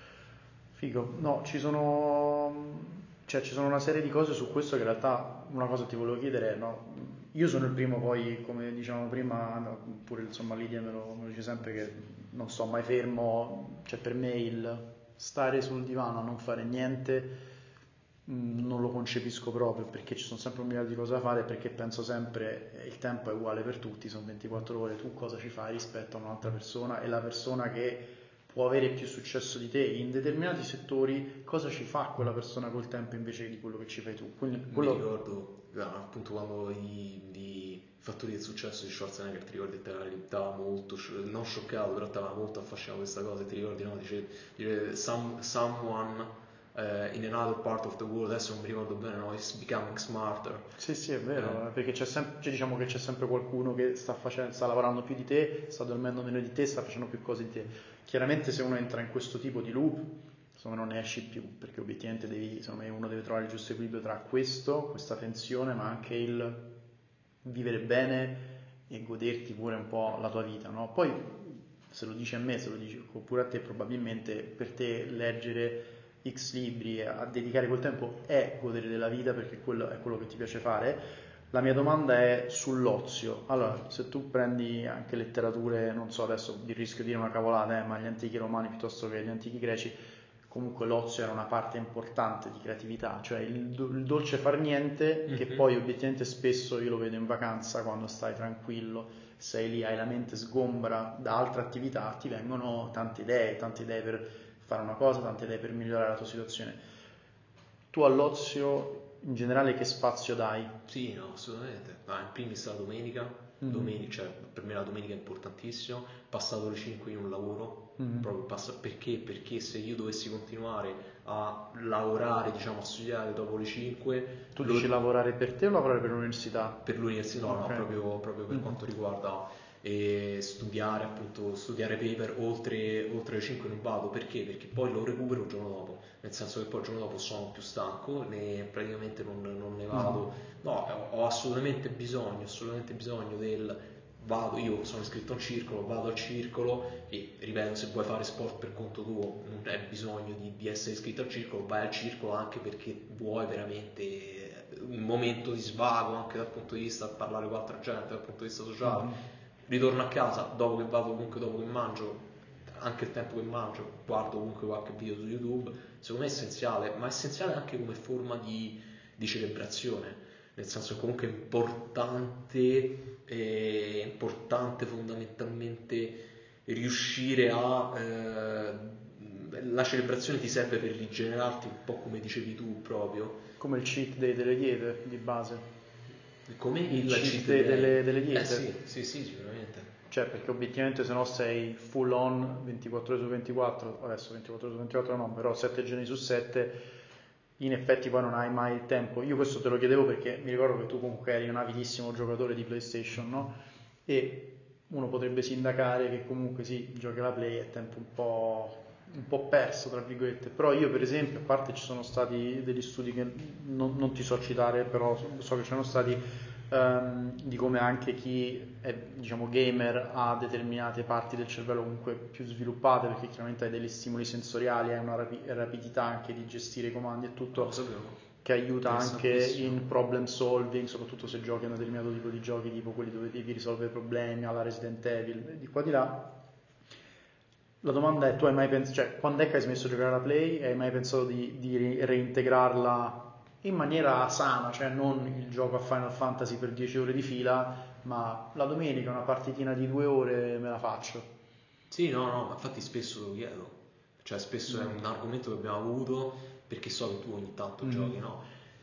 Figo, no, ci sono, cioè, ci sono una serie di cose su questo che in realtà una cosa ti volevo chiedere, no? Io sono il primo poi, come dicevamo prima, no, pure insomma Lidia me lo, me lo dice sempre che non sto mai fermo, cioè per me il stare sul divano a non fare niente mh, non lo concepisco proprio perché ci sono sempre un miliardo di cose da fare, perché penso sempre eh, il tempo è uguale per tutti, sono ventiquattro ore, tu cosa ci fai rispetto a un'altra persona, e la persona che può avere più successo di te in determinati settori, cosa ci fa quella persona col tempo invece di quello che ci fai tu? Quindi mi quello. ricordo ah, appunto quando i, i fattori del successo di Schwarzenegger, ti ricordi, te l'aveva molto, non scioccato, però ti aveva molto affascinato questa cosa, ti ricordi, no? Dice, dice some, someone uh, in another part of the world, adesso non mi ricordo bene, no? Is becoming smarter. Sì, sì, è vero, Eh. eh, perché c'è sempre, cioè, diciamo che c'è sempre qualcuno che sta, facendo, sta lavorando più di te, sta dormendo meno di te, sta facendo più cose di te. Chiaramente se uno entra in questo tipo di loop, insomma, non ne esci più, perché obiettivamente devi, secondo me, uno deve trovare il giusto equilibrio tra questo, questa tensione, ma anche il vivere bene e goderti pure un po' la tua vita, no? Poi, se lo dici a me, se lo dici oppure a te, probabilmente per te leggere X libri a dedicare quel tempo è godere della vita, perché quello è quello che ti piace fare. La mia domanda è sull'ozio. Allora, se tu prendi anche letterature, non so, adesso di rischio di dire una cavolata, eh, ma gli antichi romani piuttosto che gli antichi greci, comunque l'ozio era una parte importante di creatività, cioè il, il dolce far niente, mm-hmm. che poi obiettivamente spesso io lo vedo in vacanza, quando stai tranquillo, sei lì, hai la mente sgombra da altre attività, ti vengono tante idee, tante idee per fare una cosa, tante idee per migliorare la tua situazione. Tu all'ozio in generale che spazio dai? Sì, no, assolutamente. Ah, in primis la domenica, Mm-hmm. domenica, cioè per me la domenica è importantissimo, passato le cinque io non lavoro, mm-hmm. proprio passa, perché? Perché se io dovessi continuare a lavorare, diciamo a studiare dopo le cinque... Tu lo... dici lavorare per te o lavorare per l'università? Per l'università, no, okay. no, proprio, proprio per mm-hmm. quanto riguarda e studiare appunto studiare paper oltre, oltre le cinque non vado, perché? Perché poi lo recupero il giorno dopo, nel senso che poi il giorno dopo sono più stanco, ne, praticamente non, non ne vado, no, ho assolutamente bisogno, assolutamente bisogno del vado, io sono iscritto a un circolo, vado al circolo e ripeto, se vuoi fare sport per conto tuo non hai bisogno di, di essere iscritto al circolo, vai al circolo anche perché vuoi veramente un momento di svago anche dal punto di vista di parlare con altra gente, dal punto di vista sociale. Mm-hmm. Ritorno a casa dopo che vado, comunque dopo che mangio, anche il tempo che mangio, guardo comunque qualche video su YouTube, secondo me è essenziale, ma è essenziale anche come forma di, di celebrazione, nel senso che comunque è importante, è importante fondamentalmente riuscire a eh, la celebrazione ti serve per rigenerarti, un po' come dicevi tu proprio. Come il cheat day delle diete di base. Come il la cheat cheat day day? delle, delle diete. Eh sì, sì, sì, sicuramente. Cioè, perché obiettivamente se no sei full on ventiquattro ore su ventiquattro, adesso ventiquattro ore su ventiquattro no, però sette giorni su sette, in effetti poi non hai mai il tempo. Io questo te lo chiedevo perché mi ricordo che tu comunque eri un avidissimo giocatore di PlayStation, no? E uno potrebbe sindacare che comunque sì, giochi alla Play è tempo un po', un po' perso, tra virgolette. Però io per esempio, a parte ci sono stati degli studi che non, non ti so citare, però so che ci sono stati Um, di come anche chi è, diciamo, gamer ha determinate parti del cervello comunque più sviluppate, perché chiaramente hai degli stimoli sensoriali, hai una rapi- rapidità anche di gestire i comandi e tutto, che aiuta anche in problem solving, soprattutto se giochi a un determinato tipo di giochi, tipo quelli dove devi risolvere problemi alla Resident Evil, di qua di là. La domanda è: tu hai mai pensato, cioè, quando è che hai smesso di giocare alla Play e hai mai pensato di, di reintegrarla in maniera sana, cioè non il gioco a Final Fantasy per dieci ore di fila, ma la domenica una partitina di due ore me la faccio? Sì, no, no, ma infatti spesso lo chiedo, cioè spesso mm. è un argomento che abbiamo avuto, perché so che tu ogni tanto mm. giochi, no?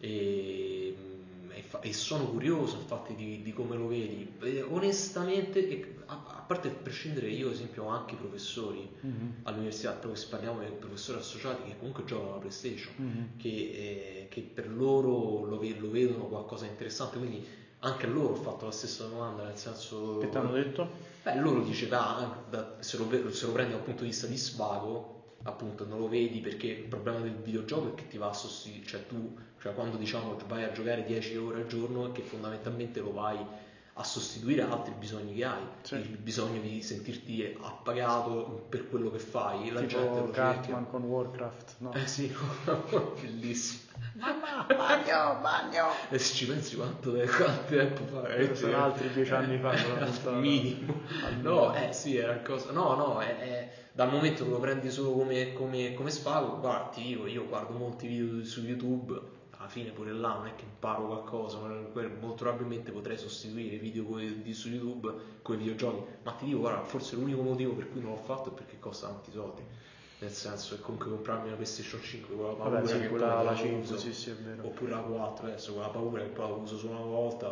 E, e, fa- e sono curioso infatti di, di come lo vedi. E onestamente, e a, a parte il prescindere, io ad esempio ho anche professori mm-hmm. all'università, proprio se parliamo di professori associati che comunque giocano alla PlayStation, mm-hmm. che, eh, che per loro lo, lo vedono qualcosa di interessante, quindi anche a loro ho fatto la stessa domanda, nel senso... Che ti hanno detto? Beh, loro dice, da, da, se, lo, se lo prendi dal punto di vista di svago, appunto non lo vedi perché il problema del videogioco è che ti va a sostituire, cioè tu, cioè quando diciamo vai a giocare dieci ore al giorno è che fondamentalmente lo vai a sostituire altri bisogni che hai, sì. Il bisogno di sentirti appagato per quello che fai, la tipo gente lo Cartman cerca. Con Warcraft, no? Eh sì, bellissimo. Mamma, bagno, bagno! E se ci pensi quanto, quanto tempo fa? Eh, sono altri dieci anni fa, al minimo. No, eh sì, era cosa. No, no, è, è, dal momento che lo prendi solo come, come, come svago, guarda, ti dico, io guardo molti video su YouTube, alla fine pure là non è che imparo qualcosa, molto probabilmente potrei sostituire i video di, su YouTube con i videogiochi, ma ti dico, guarda, forse l'unico motivo per cui non l'ho fatto è perché costa tanti soldi. Nel senso che comunque comprarmi una PlayStation cinque con la paura Vabbè, sì, che quella, poi la la cinque, uso, sì, sì, è vero. oppure la quattro adesso con la paura che poi la uso solo una volta.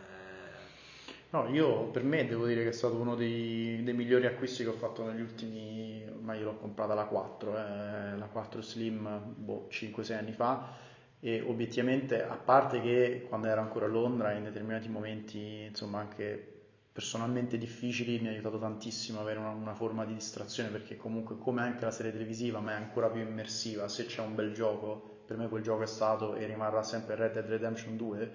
Eh... No, io per me devo dire che è stato uno dei, dei migliori acquisti che ho fatto negli ultimi, ormai io l'ho comprata la quattro, eh, la quattro Slim, boh, cinque sei anni fa, e obiettivamente, a parte che quando ero ancora a Londra in determinati momenti, insomma anche personalmente difficili, mi ha aiutato tantissimo avere una, una forma di distrazione, perché comunque come anche la serie televisiva, ma è ancora più immersiva. Se c'è un bel gioco, per me quel gioco è stato e rimarrà sempre Red Dead Redemption due,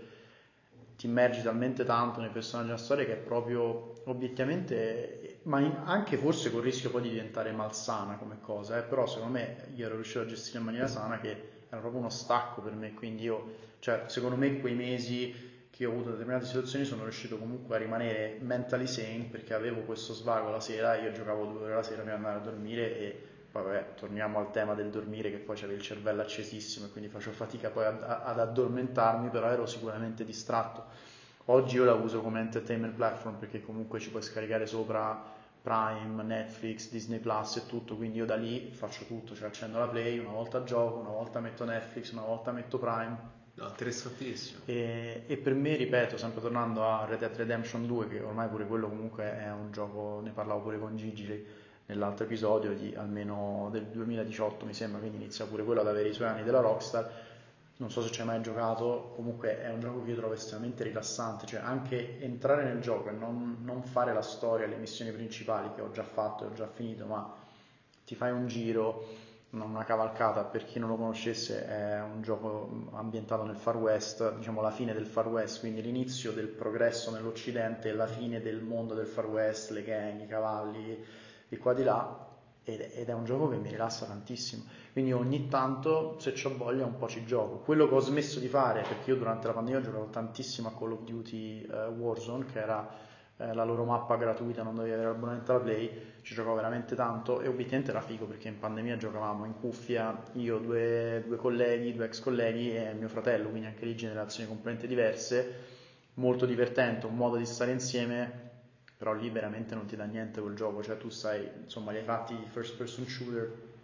ti immergi talmente tanto nei personaggi della storia che è proprio obiettivamente, ma in, anche forse con il rischio poi di diventare malsana come cosa, eh, però secondo me io ero riuscito a gestire in maniera sana, che era proprio uno stacco per me, quindi io, cioè secondo me quei mesi che ho avuto determinate situazioni sono riuscito comunque a rimanere mentally sane, perché avevo questo svago la sera, io giocavo due ore la sera prima di andare a dormire, e poi vabbè, torniamo al tema del dormire, che poi c'avevo il cervello accesissimo e quindi facevo fatica poi ad, ad addormentarmi, però ero sicuramente distratto. Oggi io la uso come entertainment platform, perché comunque ci puoi scaricare sopra Prime, Netflix, Disney Plus e tutto, quindi io da lì faccio tutto, cioè accendo la Play, una volta gioco, una volta metto Netflix, una volta metto Prime. No, interessantissimo. E, e per me, ripeto, sempre tornando a Red Dead Redemption due, che ormai pure quello comunque è un gioco, ne parlavo pure con Gigi nell'altro episodio, di almeno del duemiladiciotto mi sembra, quindi inizia pure quello ad avere i suoi anni della Rockstar. Non so se ci hai mai giocato, comunque è un gioco che io trovo estremamente rilassante, cioè anche entrare nel gioco e non, non fare la storia, le missioni principali che ho già fatto e ho già finito, ma ti fai un giro, una cavalcata. Per chi non lo conoscesse, è un gioco ambientato nel Far West, diciamo la fine del Far West, quindi l'inizio del progresso nell'Occidente e la fine del mondo del Far West, le gang, i cavalli, di qua di là, ed è un gioco che mi rilassa tantissimo, quindi ogni tanto, se c'ho voglia, un po' ci gioco. Quello che ho smesso di fare, perché io durante la pandemia giocavo tantissimo a Call of Duty eh, Warzone, che era eh, la loro mappa gratuita, non dovevi avere l'abbonamento alla Play, ci giocavo veramente tanto, e obiettivamente era figo, perché in pandemia giocavamo in cuffia io, due, due colleghi, due ex colleghi e mio fratello, quindi anche lì generazioni completamente diverse, molto divertente, un modo di stare insieme. Però lì veramente non ti dà niente quel gioco, cioè tu sai, insomma, li hai fatti first person shooter,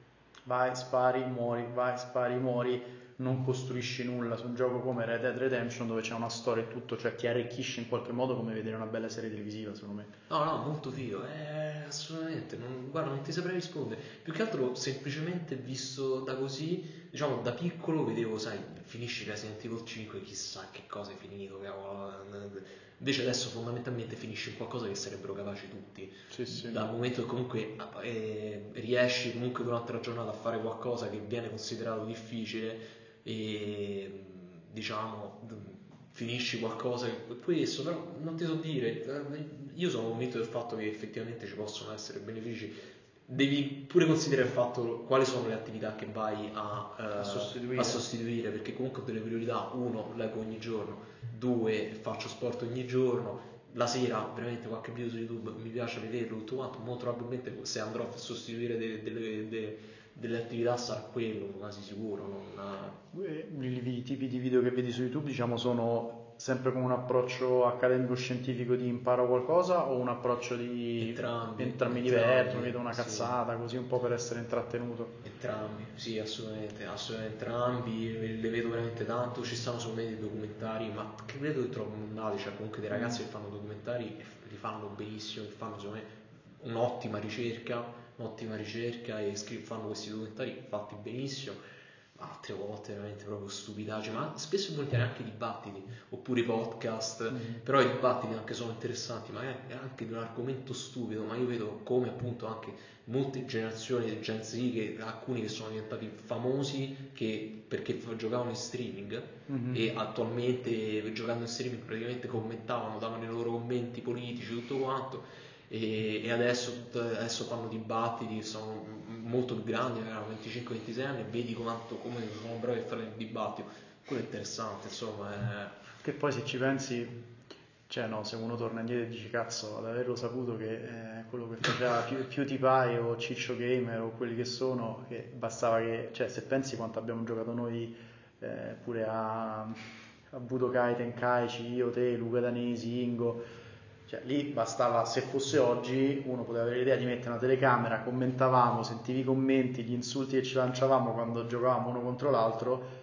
vai, spari, muori, vai, spari, muori, non costruisci nulla su un gioco come Red Dead Redemption dove c'è una storia e tutto, cioè ti arricchisce in qualche modo come vedere una bella serie televisiva, secondo me. No, no, molto figo, eh, assolutamente, non, guarda, non ti saprei rispondere, più che altro semplicemente visto da così, diciamo da piccolo vedevo, sai, finisci Resident Evil cinque, chissà che cosa è finito, cavolo, invece adesso fondamentalmente finisci in qualcosa che sarebbero capaci tutti, Sì, sì. dal momento che comunque eh, riesci comunque durante la giornata a fare qualcosa che viene considerato difficile e diciamo finisci qualcosa che questo però non ti so dire, io sono convinto del fatto che effettivamente ci possono essere benefici, devi pure considerare il fatto quali sono le attività che vai a, eh, A sostituire. a sostituire, perché comunque ho delle priorità: uno, leggo ogni giorno; due, faccio sport ogni giorno; la sera veramente qualche video su YouTube mi piace vederlo tutto quanto, molto probabilmente se andrò a sostituire delle, delle, delle, delle attività sarà quello, quasi sicuro. Non... I tipi di video che vedi su YouTube, diciamo, sono sempre con un approccio accademico-scientifico di imparo qualcosa o un approccio di entrambi, entrambi mi diverto, mi vedo una cazzata, sì, così un po' per essere intrattenuto? Entrambi, sì, assolutamente, assolutamente entrambi, le vedo veramente tanto. Ci stanno secondo me dei documentari, ma che vedo che trovo mondati, cioè comunque dei ragazzi che fanno documentari e li fanno benissimo, che fanno secondo me un'ottima ricerca, un'ottima ricerca e fanno questi documentari fatti benissimo. Altre volte veramente proprio stupidaggini, ma spesso e volentieri anche dibattiti oppure podcast, mm-hmm. Però i dibattiti anche sono interessanti, ma è anche di un argomento stupido, ma io vedo come appunto anche molte generazioni di Gen Z, che alcuni che sono diventati famosi che, perché giocavano in streaming, mm-hmm. E attualmente giocando in streaming praticamente commentavano, davano i loro commenti politici, tutto quanto. E, e adesso, adesso fanno dibattiti che sono molto più grandi, magari venticinque ventisei anni, e vedi quanto, come sono bravi a fare il dibattito. Quello è interessante, insomma. È... Che poi se ci pensi, cioè no, se uno torna indietro e dice cazzo, ad averlo saputo che eh, quello che faceva PewDiePie o Ciccio Gamer o quelli che sono, che bastava che, cioè se pensi quanto abbiamo giocato noi eh, pure a, a Budokai Tenkaichi, io, te, Luca Danesi, Ingo, cioè lì bastava, se fosse oggi uno poteva avere l'idea di mettere una telecamera, commentavamo, sentivi i commenti, gli insulti che ci lanciavamo quando giocavamo uno contro l'altro.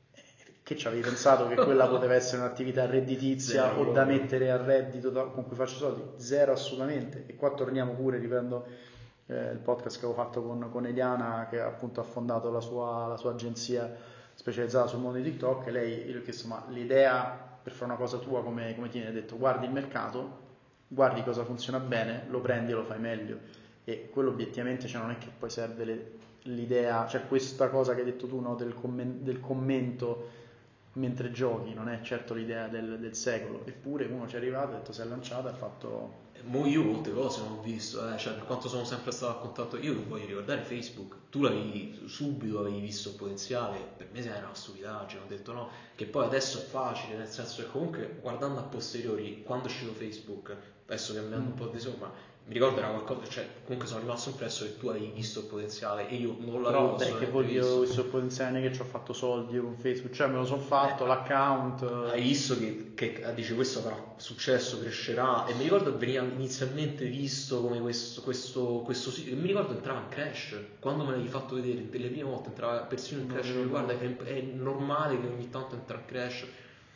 Che ci avevi pensato che quella poteva essere un'attività redditizia Zero, o da mettere a reddito da, con cui faccio soldi? Zero, assolutamente. E qua torniamo pure, riprendo eh, il podcast che avevo fatto con, con Eliana, che appunto ha fondato la sua, la sua agenzia specializzata sul mondo di TikTok, e lei, io gli ho chiesto, ma l'idea per fare una cosa tua come, come ti viene? Ha detto, guardi il mercato, guardi cosa funziona bene, lo prendi e lo fai meglio. E quello obiettivamente, cioè, non è che poi serve le, l'idea, cioè questa cosa che hai detto tu, no, del, commen- del commento mentre giochi, non è certo l'idea del, del secolo, eppure uno ci è arrivato, ha detto, si è lanciato e ha fatto... Mo io molte cose non ho visto, eh, cioè per quanto sono sempre stato a contatto, io voglio ricordare Facebook, tu l'avevi subito, avevi visto il potenziale, per me era una stupidaggine, ho detto no, che poi adesso è facile, nel senso che comunque guardando a posteriori, quando è uscito Facebook, adesso cambiando mm. un po' di somma, mi ricordo era qualcosa, cioè comunque sono rimasto impresso che tu avevi visto il potenziale e io non l'avevo assolutamente visto. Però che vuol dire ho visto il potenziale, non è che ci ho fatto soldi con Facebook, cioè me lo sono fatto, eh, l'account. Hai visto che, che dice questo avrà successo, crescerà, e mi ricordo che veniva inizialmente visto come questo, questo, questo sito, mi ricordo entrava in crash, quando me l'avevi fatto vedere le prime volte entrava persino in crash, no, guarda che è normale che ogni tanto entra in crash.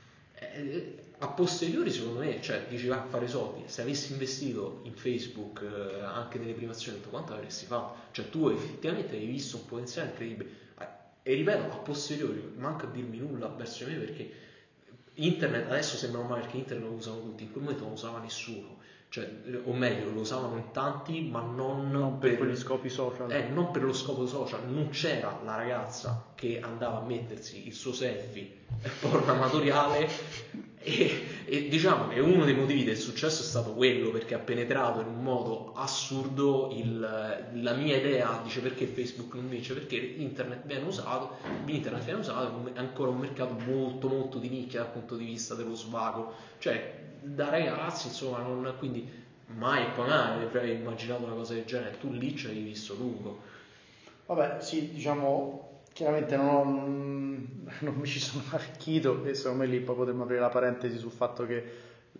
Eh, a posteriori secondo me, cioè dici va a fare soldi, se avessi investito in Facebook eh, anche nelle prime azioni, quanto avresti fatto? Cioè tu effettivamente hai visto un potenziale incredibile, eh, e ripeto, a posteriori manca a dirmi nulla verso me, perché internet adesso sembra normale perché internet lo usano tutti, in quel momento non lo usava nessuno, cioè, o meglio, lo usavano in tanti, ma non, non per, per gli scopi social. Eh, non per lo scopo social, non c'era la ragazza che andava a mettersi il suo selfie porno amatoriale e, e diciamo che uno dei motivi del successo è stato quello, perché ha penetrato in un modo assurdo il, la mia idea, dice perché Facebook non vince, perché internet viene usato, internet viene usato, è ancora un mercato molto molto di nicchia dal punto di vista dello svago, cioè da ragazzi insomma, non, quindi mai e poi mai avrei immaginato una cosa del genere, tu lì ci hai visto lungo. Vabbè sì, diciamo chiaramente non, ho, non mi ci sono arricchito, e secondo me lì poi potremmo aprire la parentesi sul fatto che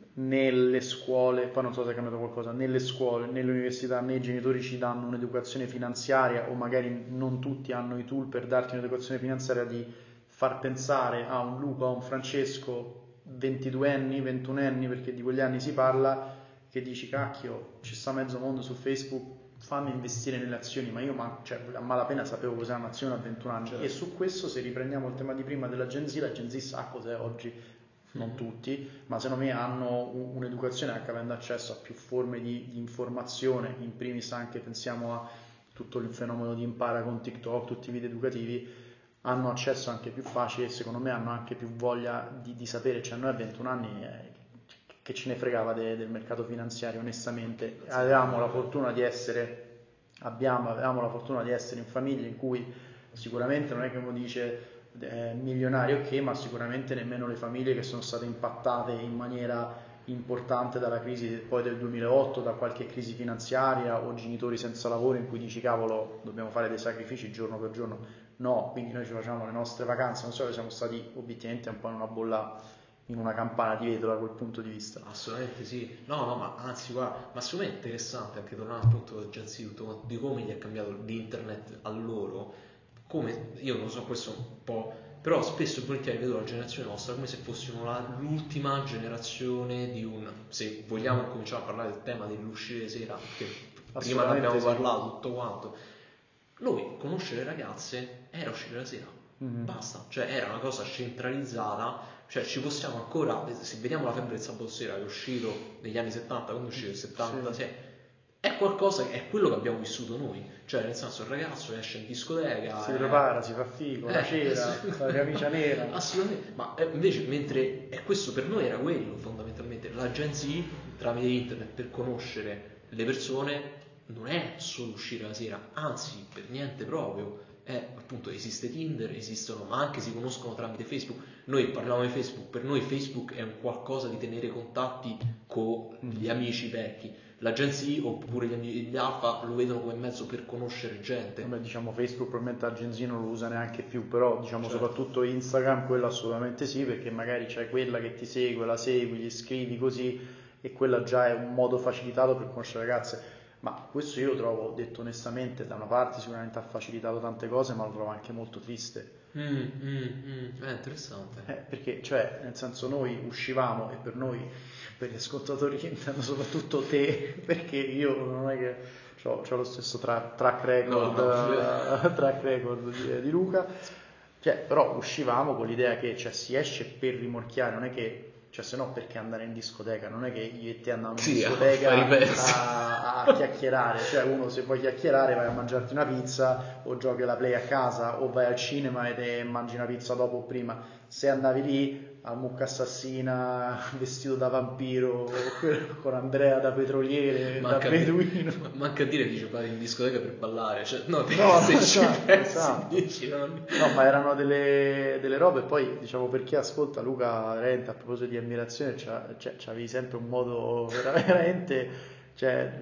nelle scuole, poi non so se è cambiato qualcosa, nelle scuole, nelle università, né i genitori ci danno un'educazione finanziaria, o magari non tutti hanno i tool per darti un'educazione finanziaria, di far pensare a un Luca o un Francesco ventidue anni, ventuno anni, perché di quegli anni si parla, che dici cacchio, ci sta mezzo mondo su Facebook, fammi investire nelle azioni, ma io ma, cioè, a malapena sapevo cos'è un'azione a ventuno anni. Certo. E su questo, se riprendiamo il tema di prima della Gen Z, la Gen Z sa cos'è oggi, non tutti, ma secondo me hanno un'educazione, anche avendo accesso a più forme di, di informazione, in primis anche pensiamo a tutto il fenomeno di impara con TikTok, tutti i video educativi, hanno accesso anche più facile, e secondo me hanno anche più voglia di, di sapere. Cioè noi a ventuno anni eh, che ce ne fregava de, del mercato finanziario, onestamente. Avevamo la fortuna di essere abbiamo avevamo la fortuna di essere in famiglie in cui sicuramente non è che uno dice eh, milionario, ok, ma sicuramente nemmeno le famiglie che sono state impattate in maniera importante dalla crisi poi del duemilaotto, da qualche crisi finanziaria, o genitori senza lavoro in cui dici cavolo dobbiamo fare dei sacrifici giorno per giorno. No, quindi noi ci facciamo le nostre vacanze, non so, siamo stati obiettivamente un po' in una bolla, in una campana di vetro da quel punto di vista. Assolutamente sì, no no, ma anzi guarda, ma secondo me è interessante anche tornare al punto del Gen Z, di come gli è cambiato l'internet a loro, come, io non lo so, questo un po', però spesso e volentieri vedo la generazione nostra come se fossimo la, l'ultima generazione di un, se vogliamo cominciare a parlare del tema dell'uscire sera, che prima ne abbiamo parlato sì. Tutto quanto, noi conoscere le ragazze era uscire la sera, mm-hmm. Basta, cioè era una cosa centralizzata. Cioè ci possiamo ancora, se vediamo la febbre del sabato sera che è uscito negli anni settanta, quando è uscito il settanta, sì. È qualcosa che è quello che abbiamo vissuto noi. Cioè nel senso, il ragazzo esce in discoteca, si è... prepara, si fa figo, eh, la cera, la camicia nera. Assolutamente, ma eh, invece mentre è questo per noi era quello fondamentalmente. La Gen Z tramite internet per conoscere le persone non è solo uscire la sera, anzi per niente proprio. Eh, appunto esiste Tinder, esistono, ma anche si conoscono tramite Facebook. Noi parliamo di Facebook, per noi Facebook è un qualcosa di tenere contatti con gli amici vecchi. La Gen Z oppure gli, gli alfa lo vedono come mezzo per conoscere gente. Vabbè, diciamo Facebook probabilmente la Gen Z non lo usa neanche più, però diciamo certo. Soprattutto Instagram, quello assolutamente sì, perché magari c'è quella che ti segue, la segui, gli scrivi così, e quella già è un modo facilitato per conoscere ragazze. Ma questo io trovo, detto onestamente, da una parte sicuramente ha facilitato tante cose, ma lo trovo anche molto triste. Mm, mm, mm. È interessante. Eh, perché, cioè, nel senso, noi uscivamo, e per noi, per gli ascoltatori che intendo soprattutto te, perché io non è che ho lo stesso tra, track record, no, no. track record di, di Luca, cioè, però uscivamo con l'idea che, cioè, si esce per rimorchiare, non è che, cioè, se no perché andare in discoteca? Non è che io e te andiamo in sì, discoteca a, a chiacchierare, cioè uno se vuoi chiacchierare vai a mangiarti una pizza, o giochi alla play a casa, o vai al cinema e te mangi una pizza dopo o prima. Se andavi lì al mucca assassina vestito da vampiro, con Andrea da petroliere, manca da beduino, a manca a dire dice vai in discoteca per ballare, cioè, no, no, se esatto, pensi, esatto. Dici, non... no, ma erano delle, delle robe. Poi diciamo, per chi ascolta Luca, veramente, a proposito di ammirazione, cioè, cioè, c'avevi sempre un modo veramente, cioè,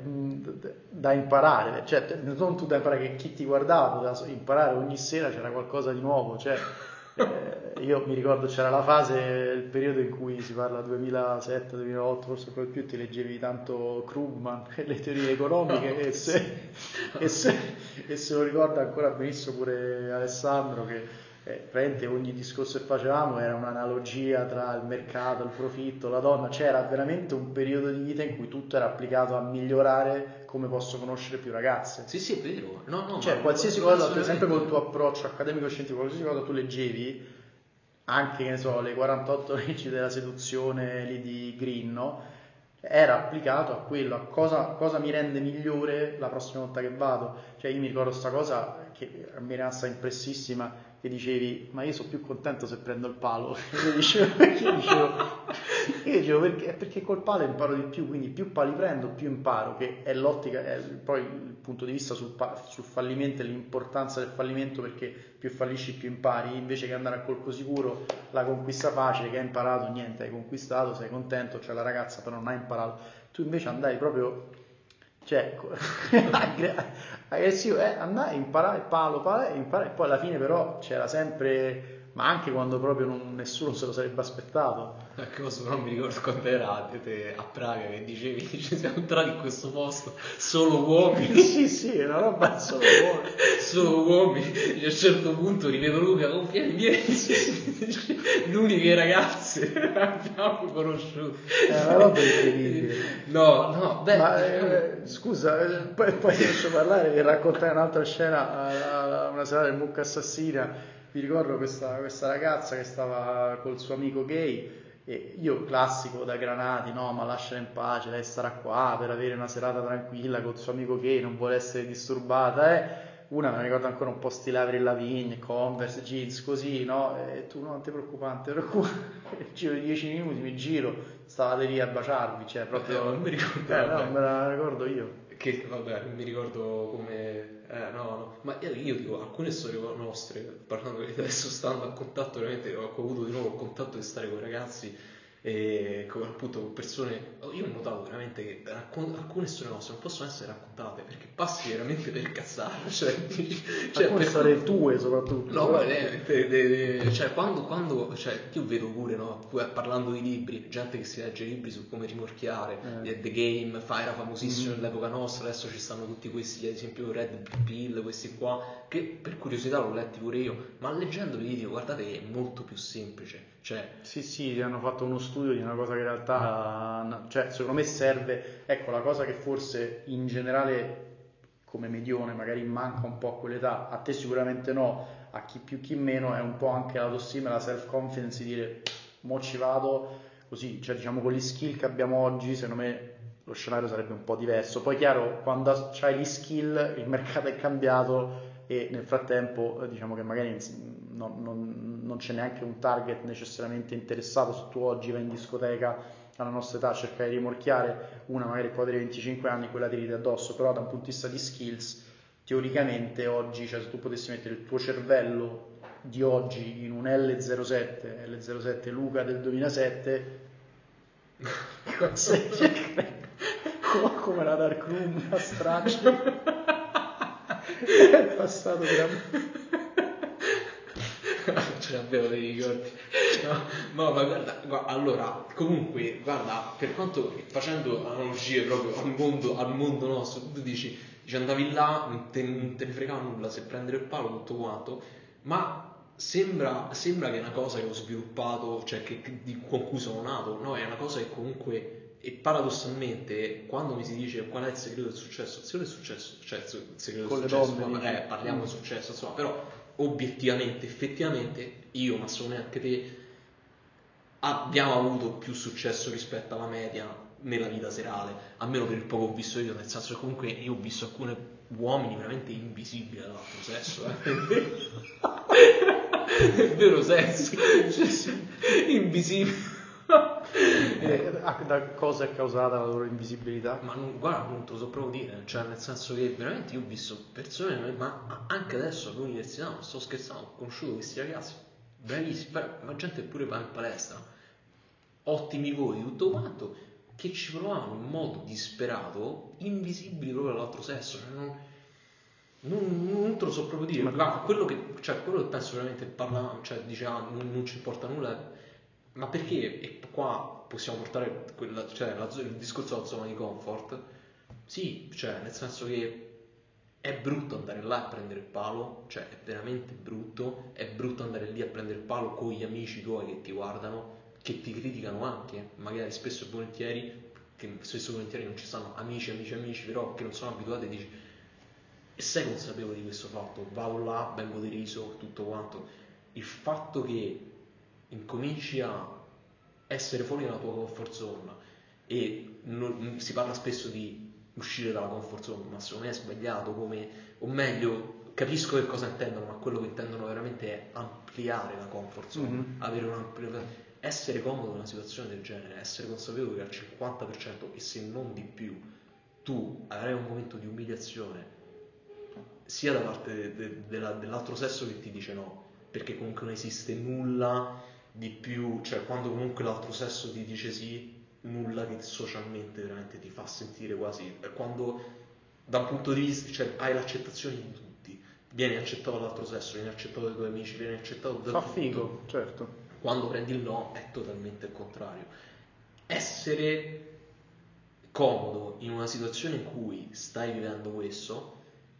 da imparare, cioè, non tu da imparare, che chi ti guardava poteva imparare, ogni sera c'era qualcosa di nuovo, cioè. Eh, io mi ricordo c'era la fase, il periodo in cui si parla duemilasette duemilaotto, forse ancora più, ti leggevi tanto Krugman e le teorie economiche, no, e, se, e, se, e se lo ricorda ancora benissimo pure Alessandro, che eh, praticamente ogni discorso che facevamo era un'analogia tra il mercato, il profitto, la donna. C'era veramente un periodo di vita in cui tutto era applicato a migliorare come posso conoscere più ragazze. Sì, sì, è vero. No, no, cioè, ma qualsiasi cosa, tu, sempre col tuo approccio accademico-scientifico, qualsiasi cosa tu leggevi, anche, che ne so, le quarantotto leggi della seduzione lì di Green, no? Era applicato a quello, a cosa, cosa mi rende migliore la prossima volta che vado. Cioè, io mi ricordo sta cosa che mi è rimasta impressissima, che dicevi, ma io sono più contento se prendo il palo. Io dicevo, perché io dicevo, io dicevo perché, perché col palo imparo di più, quindi più pali prendo, più imparo, che è l'ottica, è poi il punto di vista sul, sul fallimento e l'importanza del fallimento, perché più fallisci più impari, invece che andare a colpo sicuro, la conquista facile, che hai imparato, niente, hai conquistato, sei contento, cioè la ragazza però non hai imparato, tu invece andai proprio, cioè, aggressivo, eh, andai a imparare palo, palo, e imparare, e poi alla fine però c'era sempre ma anche quando proprio non, nessuno se lo sarebbe aspettato. Che cosa però mi ricordo quando era a Praga che dicevi ci siamo entrati in questo posto solo uomini. Sì, sì, è una roba solo uomini. Solo uomini. E a un certo punto rivedo Luca, oh vieni, vieni. Le uniche ragazze abbiamo conosciuto. È una roba incredibile. No, no, beh, ma diciamo... eh, scusa, eh, poi, poi ti lascio parlare e raccontare un'altra scena, uh, una serata del Mucca Assassina. Mi ricordo questa, questa ragazza che stava col suo amico gay e io classico da Granati, no, ma lasciala in pace, lei starà qua per avere una serata tranquilla col suo amico gay, non vuole essere disturbata, eh. Una mi ricordo ancora un po' stile Avril Lavigne, Converse, jeans, così, no? E tu no, non ti preoccupare, non ti preoccupare. Giro di dieci minuti, mi giro, stavate lì a baciarvi, cioè proprio... Eh, non mi ricordo, eh, no, me la ricordo io. Che vabbè, non mi ricordo come... Eh, no, no, ma io, io dico, alcune storie nostre, parlando di adesso stando a contatto, veramente ho avuto di nuovo il contatto di stare con i ragazzi e con, appunto con persone, io ho notato veramente che raccon- alcune storie nostre non possono essere raccontate perché passi veramente per cazzare, cioè, cioè alcune per storie tue soprattutto. no, ma de, de, de, de, cioè quando, quando cioè, io vedo pure, no, parlando di libri, gente che si legge libri su come rimorchiare, eh. The Game, fa, era famosissimo mm-hmm. all'epoca nostra, adesso ci stanno tutti questi, ad esempio Red Pill, questi qua, che per curiosità l'ho letti pure io, ma leggendoli vi dico, guardate che è molto più semplice. Cioè... Sì, sì, hanno fatto uno studio di una cosa che in realtà, cioè, secondo me serve, ecco, la cosa che forse in generale come medione magari manca un po' a quell'età, a te sicuramente no, a chi più chi meno, è un po' anche l'autostima e la self confidence di dire mo ci vado, così, cioè diciamo con gli skill che abbiamo oggi, secondo me lo scenario sarebbe un po' diverso. Poi chiaro, quando c'hai gli skill il mercato è cambiato e nel frattempo diciamo che magari non, non, non c'è neanche un target necessariamente interessato. Se tu oggi vai in discoteca alla nostra età cercare di rimorchiare, una magari può avere venticinque anni, quella ti ride addosso, però da un punto di vista di skills teoricamente oggi, cioè se tu potessi mettere il tuo cervello di oggi in un L zero sette L zero sette Luca del duemilasette come la Dark Room a stracci è passato gran ce l'abbiamo dei ricordi. No, no, ma guarda, guarda, allora, comunque, guarda, per quanto facendo analogie proprio al mondo, al mondo nostro, tu dici, dici andavi là, non te, non te ne fregava nulla, se prendere il palo, tutto quanto, ma sembra, sembra che è una cosa che ho sviluppato, cioè che, che, di, con cui sono nato, no? È una cosa che comunque, e paradossalmente, quando mi si dice qual è il segreto del successo, il segreto del successo, cioè il segreto del successo, donne, eh, parliamo mm. di successo, insomma, però obiettivamente, effettivamente, io, ma secondo me anche te, abbiamo avuto più successo rispetto alla media nella vita serale, almeno per il poco che ho visto io, nel senso che comunque io ho visto alcuni uomini veramente invisibili dall'altro sesso, eh. Nel vero senso, invisibili. Eh, da cosa è causata la loro invisibilità? Ma non, guarda, non te lo so proprio dire, cioè nel senso che veramente io ho visto persone, ma anche adesso all'università, non sto scherzando, ho conosciuto questi ragazzi bravissimi, ma gente pure va in palestra, ottimi voti, tutto quanto, che ci provavano in modo disperato, invisibili proprio all'altro sesso, cioè non, non, non te lo so proprio dire, ma quello che, cioè, quello che penso veramente parla, cioè dice ah, non, non ci importa nulla, ma perché, e qua possiamo portare quella, cioè, la, il discorso della zona di comfort, sì, cioè nel senso che è brutto andare là a prendere il palo, cioè è veramente brutto, è brutto andare lì a prendere il palo con gli amici tuoi che ti guardano, che ti criticano anche, magari spesso e volentieri, che spesso e volentieri non ci stanno amici, amici, amici, però che non sono abituati e dici, e sei consapevole di questo fatto, vado là, vengo deriso, tutto quanto, il fatto che incominci a essere fuori dalla tua comfort zone e non, si parla spesso di uscire dalla comfort zone, ma secondo me è sbagliato, come, o meglio, capisco che cosa intendono, ma quello che intendono veramente è ampliare la comfort zone, mm-hmm. avere un essere comodo in una situazione del genere, essere consapevole che al cinquanta per cento e se non di più tu avrai un momento di umiliazione sia da parte de, de, de la, dell'altro sesso che ti dice no, perché comunque non esiste nulla di più, cioè quando comunque l'altro sesso ti dice sì, nulla che socialmente veramente ti fa sentire quasi, quando da un punto di vista, cioè hai l'accettazione di tutti, vieni accettato dall'altro sesso, vieni accettato dai tuoi amici, vieni accettato da Fa tutto. figo, certo. Quando prendi il no è totalmente il contrario. Essere comodo in una situazione in cui stai vivendo questo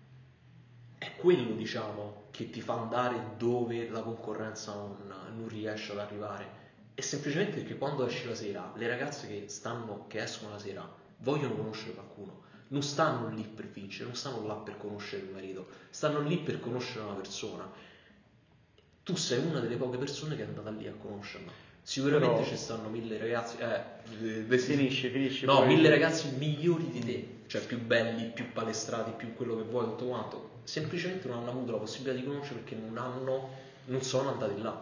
è quello, diciamo, che ti fa andare dove la concorrenza non, non riesce ad arrivare. È semplicemente perché quando esci la sera, le ragazze che stanno, che escono la sera, vogliono conoscere qualcuno. Non stanno lì per vincere, non stanno là per conoscere il marito, stanno lì per conoscere una persona. Tu sei una delle poche persone che è andata lì a conoscerla. Sicuramente Però... ci stanno mille ragazzi, eh, finisci, finisci. no, poi... mille ragazzi migliori di te, cioè più belli, più palestrati, più quello che vuoi, tutto quanto. Semplicemente non hanno avuto la possibilità di conoscere perché non hanno, non sono andati là.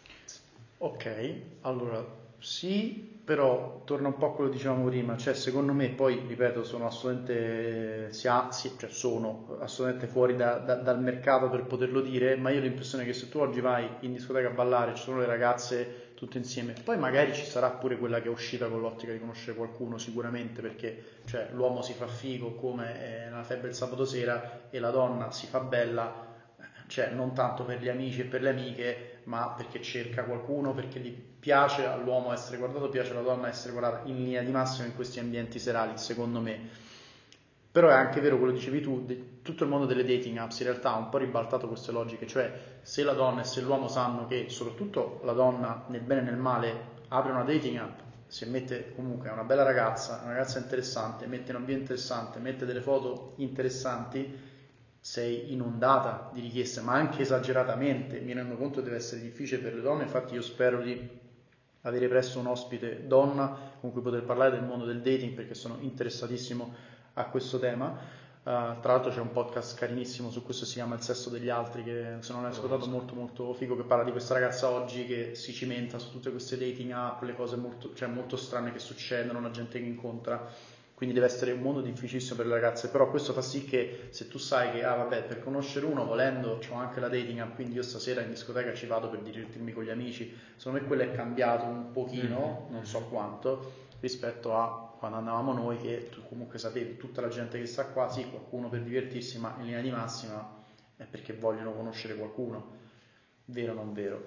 Ok, allora sì, però torna un po' a quello che dicevamo prima, cioè secondo me poi, ripeto, sono assolutamente, si ha, sì, cioè sono assolutamente fuori da, da, dal mercato per poterlo dire, ma io ho l'impressione che se tu oggi vai in discoteca a ballare, ci sono le ragazze tutte insieme, poi magari ci sarà pure quella che è uscita con l'ottica di conoscere qualcuno sicuramente, perché cioè, l'uomo si fa figo come è nella febbre il sabato sera e la donna si fa bella, cioè non tanto per gli amici e per le amiche, ma perché cerca qualcuno, perché gli piace all'uomo essere guardato, piace alla donna essere guardata in linea di massima in questi ambienti serali, secondo me. Però è anche vero quello che dicevi tu, de- tutto il mondo delle dating apps in realtà ha un po' ribaltato queste logiche, cioè se la donna e se l'uomo sanno che soprattutto la donna nel bene e nel male apre una dating app, se mette comunque una bella ragazza, una ragazza interessante, mette un video interessante, mette delle foto interessanti, sei inondata di richieste, ma anche esageratamente. Mi rendo conto che deve essere difficile per le donne, infatti io spero di avere presto un ospite donna con cui poter parlare del mondo del dating, perché sono interessatissimo a questo tema. Uh, tra l'altro c'è un podcast carinissimo su questo, si chiama Il sesso degli altri, che se non l'hai ascoltato molto molto figo, che parla di questa ragazza oggi che si cimenta su tutte queste dating app, le cose molto, cioè, molto strane che succedono, la gente che incontra. Quindi deve essere un mondo difficilissimo per le ragazze, però questo fa sì che se tu sai che, ah vabbè, per conoscere uno, volendo, c'ho anche la dating app, quindi io stasera in discoteca ci vado per divertirmi con gli amici, secondo me quello è cambiato un pochino, non so quanto, rispetto a quando andavamo noi, che tu comunque sapevi, tutta la gente che sta qua, sì, qualcuno per divertirsi, ma in linea di massima è perché vogliono conoscere qualcuno, vero o non vero.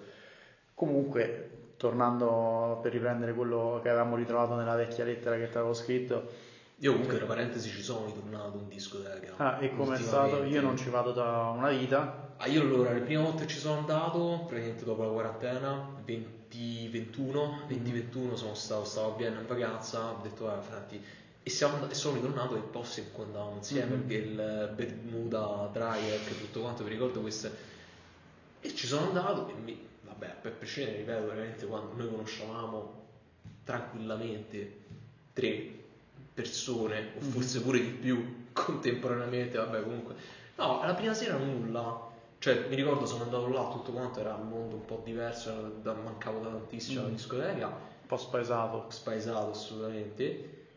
Comunque, tornando per riprendere quello che avevamo ritrovato nella vecchia lettera che ti avevo scritto, io comunque, tra parentesi, ci sono ritornato in discoteca. Ah, e come è stato? Io non ci vado da una vita. Ah, io allora, le prime volte che ci sono andato, praticamente dopo la quarantena, venti ventuno, venti ventuno sono stato, stavo a Vienna in vacanza, ho detto, eh, senti, e, siamo, e sono ritornato nel posto in cui andavamo insieme, Mm-hmm. il Bermuda, Dryek, tutto quanto, mi ricordo queste. E ci sono andato e mi, vabbè, per prescindere, ripeto, veramente quando noi conoscevamo tranquillamente tre persone, o forse pure di più, contemporaneamente, vabbè, comunque. No, la prima sera nulla. Cioè, mi ricordo, sono andato là, tutto quanto era un mondo un po' diverso, da, mancavo da tantissimo alla Mm. discoteca. Un po' spaesato. Spaesato, assolutamente.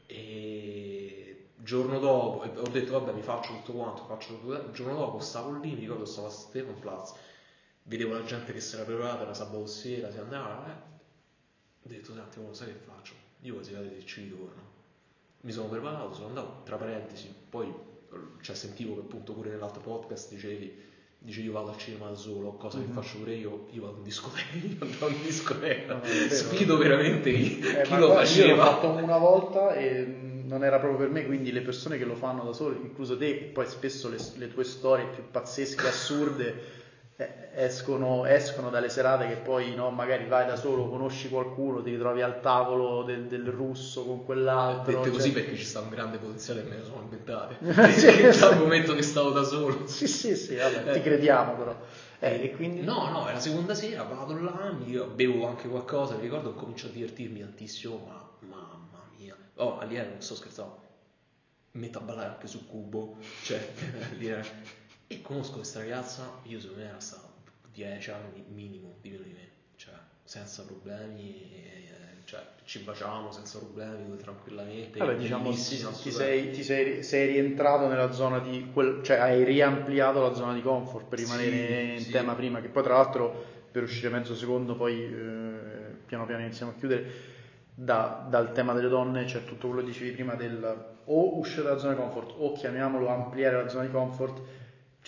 E giorno dopo, ho detto, vabbè, mi faccio tutto quanto, faccio tutto. Il giorno dopo stavo lì, mi ricordo, stavo a Stefanplatz, vedevo la gente che si era preparata, era sabato sera, si andava, eh. Ho detto, senti, lo sai che faccio? Io quasi vedete ci ritorno. Mi sono preparato, sono andato, tra parentesi, poi cioè, sentivo che appunto pure nell'altro podcast dicevi, dicevi io vado al cinema da solo, cosa mm-hmm. che faccio pure io, io vado in discoteca, io andavo in discoteca, no, vero, sfido veramente chi, eh, chi lo guarda, faceva. Io l'ho fatto una volta e non era proprio per me, quindi le persone che lo fanno da sole, incluso te, poi spesso le, le tue storie più pazzesche, assurde, Escono, escono dalle serate che poi no, magari vai da solo, conosci qualcuno, ti ritrovi al tavolo del, del russo con quell'altro. Dette cioè... così perché ci sta un grande potenziale e me ne sono inventate. Sì, sì. Dal momento che stavo da solo. Sì, sì, sì, vabbè, ti crediamo però. Eh, e quindi... No, no, è la seconda sera, vado là, mi bevo anche qualcosa, mi ricordo, comincio a divertirmi tantissimo, ma mamma mia. Oh, lì non sto scherzando. Mi metto a ballare anche sul cubo, cioè, lì era... E conosco questa ragazza, io secondo me era stata dieci anni minimo di meno di me, cioè senza problemi, cioè ci baciavamo senza problemi, tranquillamente. Vabbè, diciamo, ti, ti, sei, ti sei, sei rientrato nella zona di, quel, cioè hai riampliato la zona di comfort per rimanere sì, in sì. tema prima, che poi tra l'altro per uscire mezzo secondo, poi eh, piano piano iniziamo a chiudere, da, dal tema delle donne, cioè tutto quello che dicevi prima del o uscire dalla zona di comfort o chiamiamolo ampliare la zona di comfort.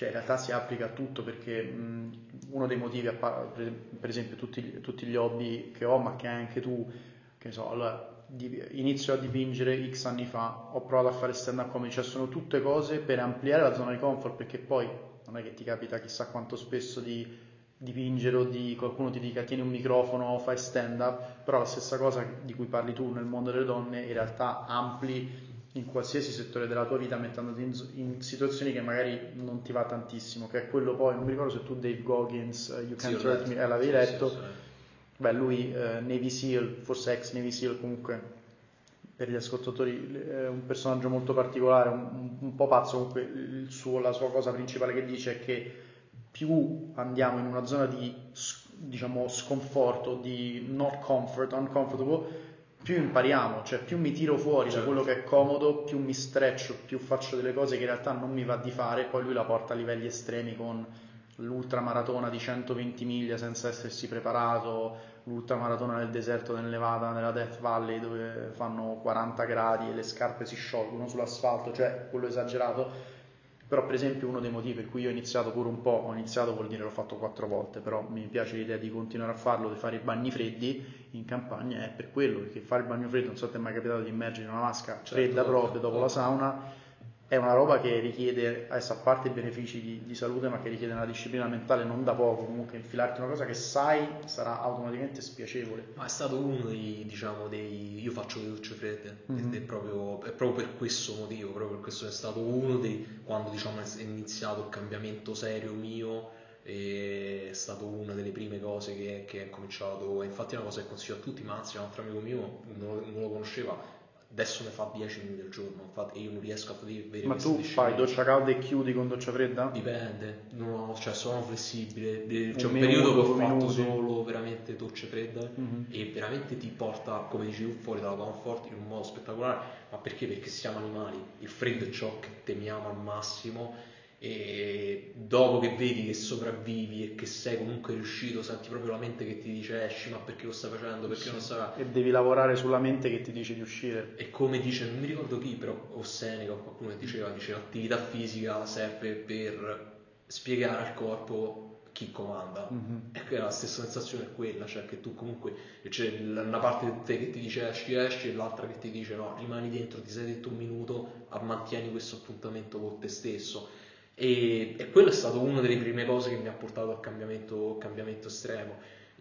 cioè in realtà si applica a tutto, perché mh, uno dei motivi, a par- per per esempio tutti, tutti gli hobby che ho, ma che hai anche tu, che ne so, allora di- inizio a dipingere X anni fa, ho provato a fare stand up comedy, cioè sono tutte cose per ampliare la zona di comfort, perché poi non è che ti capita chissà quanto spesso di dipingere o di qualcuno ti dica tieni un microfono, fai stand up, però la stessa cosa di cui parli tu nel mondo delle donne in realtà ampli in qualsiasi settore della tua vita, mettendoti in, in situazioni che magari non ti va tantissimo, che è quello. Poi non mi ricordo se tu Dave Goggins, uh, You Can't Sì, Hurt Me, eh, l'avevi sì, letto. sì, sì. Beh, lui eh, Navy SEAL, forse ex Navy SEAL, comunque per gli ascoltatori è un personaggio molto particolare, un, un po' pazzo. Comunque il suo, la sua cosa principale che dice è che più andiamo in una zona di, diciamo, sconforto, di not comfort, uncomfortable, più impariamo, cioè più mi tiro fuori da quello che è comodo, più mi streccio, più faccio delle cose che in realtà non mi va di fare. Poi lui la porta a livelli estremi con l'ultramaratona di centoventi miglia senza essersi preparato, l'ultramaratona nel deserto del Nevada, nella Death Valley, dove fanno quaranta gradi e le scarpe si sciolgono sull'asfalto, cioè quello esagerato. Però per esempio uno dei motivi per cui io ho iniziato pure un po', ho iniziato vuol dire l'ho fatto quattro volte, però mi piace l'idea di continuare a farlo, di fare i bagni freddi in campagna, è per quello, perché fare il bagno freddo, non so se ti è mai capitato di immergere in una vasca Certo, fredda no, proprio dopo no. la sauna, è una roba che richiede, adesso a parte i benefici di, di salute, ma che richiede una disciplina mentale non da poco. Comunque infilarti una cosa che sai sarà automaticamente spiacevole. Ma è stato uno dei, diciamo, dei... Io faccio le docce fredde, Mhm. ed è proprio, è proprio per questo motivo, proprio per questo è stato uno dei... Quando, diciamo, è iniziato il cambiamento serio mio, è stato una delle prime cose che, che è cominciato. Infatti è una cosa che consiglio a tutti, ma anzi un altro amico mio non, non lo conosceva, adesso ne fa dieci minuti al giorno, infatti io non riesco a avere Ma questa tu disciplina. fai doccia calda e chiudi con doccia fredda? Dipende, no, cioè sono flessibile. De- C'è Un un periodo che ho minuto, due fatto minuti. solo veramente docce fredde Mhm. e veramente ti porta, come dicevi, fuori dalla comfort in un modo spettacolare. Ma perché? Perché siamo animali, il freddo è ciò che temiamo al massimo, e dopo che vedi che sopravvivi e che sei comunque riuscito, senti proprio la mente che ti dice esci, ma perché lo stai facendo, perché Sì. non stai facendo? E devi lavorare sulla mente che ti dice di uscire. E come dice, non mi ricordo chi, però, o Seneca o qualcuno che diceva, dice l'attività fisica serve per spiegare al corpo chi comanda. Mhm. E che la stessa sensazione è quella, cioè che tu comunque c'è una parte di te che ti dice esci esci e l'altra che ti dice no, rimani dentro, ti sei detto un minuto, mantieni questo appuntamento con te stesso. E, e quello è stato una delle prime cose che mi ha portato al cambiamento, cambiamento estremo.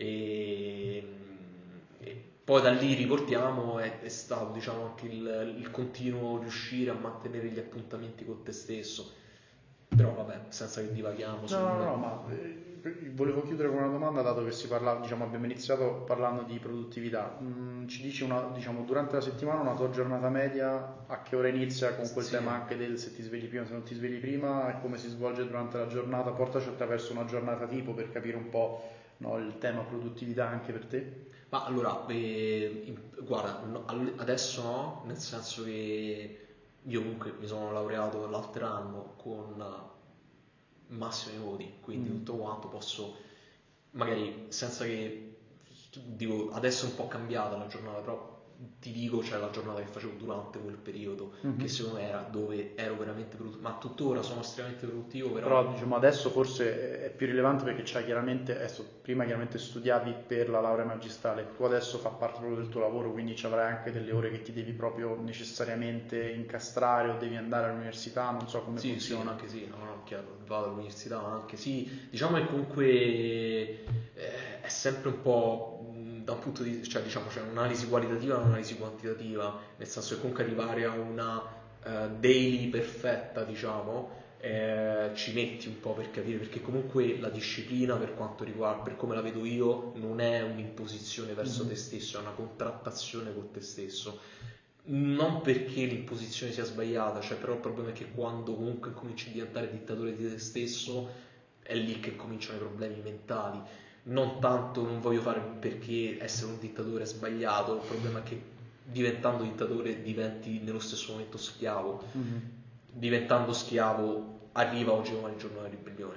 E, e poi da lì riportiamo, è, è stato, diciamo, anche il, il continuo riuscire a mantenere gli appuntamenti con te stesso. Però vabbè, senza che divaghiamo su... No, no, no, ma eh, volevo chiudere con una domanda, dato che si parla, diciamo, abbiamo iniziato parlando di produttività. Mm, ci dici una, diciamo, durante la settimana una tua giornata media, a che ora inizia, con quel Sì. tema anche del se ti svegli prima, se non ti svegli prima, e come si svolge durante la giornata? Portaci attraverso una giornata tipo per capire un po', no, il tema produttività anche per te. Ma allora, eh, in- guarda, no, al- adesso no, nel senso che io comunque mi sono laureato l'altro anno con eh, massimi voti, quindi Mm. tutto quanto posso, magari senza che, dico, adesso è un po' cambiata la giornata, però ti dico, c'è la giornata che facevo durante quel periodo, Mhm. che secondo me era dove ero veramente produttivo, ma tuttora sono estremamente produttivo, però... Però diciamo adesso forse è più rilevante perché c'hai chiaramente, adesso, prima chiaramente studiavi per la laurea magistrale, tu adesso fa parte proprio del tuo lavoro, quindi ci avrai anche delle ore che ti devi proprio necessariamente incastrare o devi andare all'università, non so come Sì, funziona. sì, anche sì, no, no, chiaro, vado all'università, anche sì, diciamo che comunque eh, è sempre un po' mh, da un punto di vista, cioè diciamo c'è un'analisi qualitativa e un'analisi quantitativa, nel senso che comunque arrivare a una eh, daily perfetta, diciamo, eh, ci metti un po' per capire, perché comunque la disciplina, per quanto riguarda, per come la vedo io, non è un'imposizione verso Mhm. te stesso, è una contrattazione con te stesso. Non perché l'imposizione sia sbagliata, cioè, però il problema è che quando comunque cominci a diventare dittatore di te stesso è lì che cominciano i problemi mentali. Non tanto, non voglio fare perché essere un dittatore è sbagliato, il problema è che diventando dittatore diventi nello stesso momento schiavo. Mhm. Diventando schiavo arriva oggi come il giorno della ribellione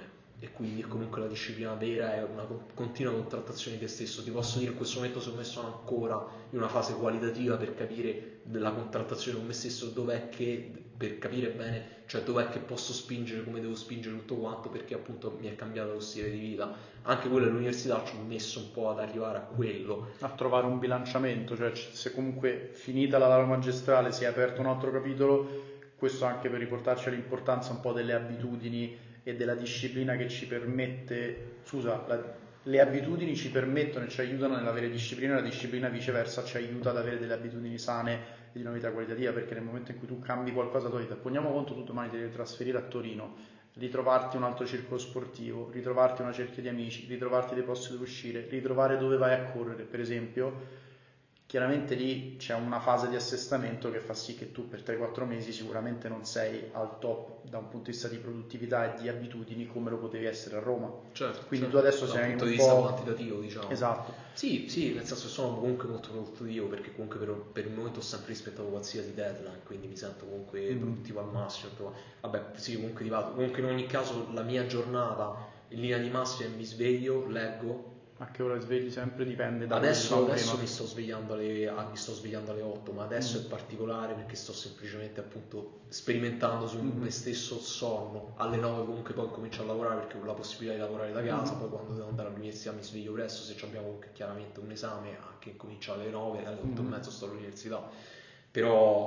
e quindi comunque la disciplina vera è una continua contrattazione di te stesso. Ti posso dire in questo momento secondo me sono ancora in una fase qualitativa per capire della contrattazione con me stesso, dov'è che, per capire bene, cioè dov'è che posso spingere, come devo spingere tutto quanto, perché appunto mi è cambiato lo stile di vita. Anche quello all'università ci ho messo un po' ad arrivare a quello, a trovare un bilanciamento, cioè se comunque finita la laurea magistrale si è aperto un altro capitolo, questo anche per riportarci all'importanza un po' delle abitudini e della disciplina che ci permette, scusa, la, le abitudini ci permettono e ci aiutano nell'avere disciplina, e la disciplina viceversa ci aiuta ad avere delle abitudini sane e di una vita qualitativa, perché nel momento in cui tu cambi qualcosa tua vita, poniamo conto tu domani ti devi trasferire a Torino, ritrovarti un altro circolo sportivo, ritrovarti una cerchia di amici, ritrovarti dei posti dove uscire, ritrovare dove vai a correre, per esempio, chiaramente lì c'è una fase di assestamento che fa sì che tu per tre quattro mesi sicuramente non sei al top da un punto di vista di produttività e di abitudini come lo potevi essere a Roma. Certo, quindi certo. tu adesso da sei un punto un di vista po' quantitativo, diciamo. Esatto. Sì, sì, nel senso sono comunque molto produttivo, perché comunque per, per il momento ho sempre rispettato qualsiasi deadline, quindi mi sento comunque Mm-hmm. produttivo al massimo. Vabbè, sì, comunque di vado. Comunque in ogni caso la mia giornata in linea di massima è mi sveglio, leggo. A che ora svegli sempre dipende da Adesso, quello che adesso dicevamo mi sto svegliando alle, ah, mi sto svegliando alle otto, ma adesso Mm. è particolare perché sto semplicemente appunto sperimentando su Mm. me stesso il sonno. Alle nove comunque poi comincio a lavorare perché ho la possibilità di lavorare da casa, Mm. poi quando devo andare all'università mi sveglio presto, se abbiamo comunque chiaramente un esame anche comincia alle nove, alle otto Mm. e mezzo sto all'università. Però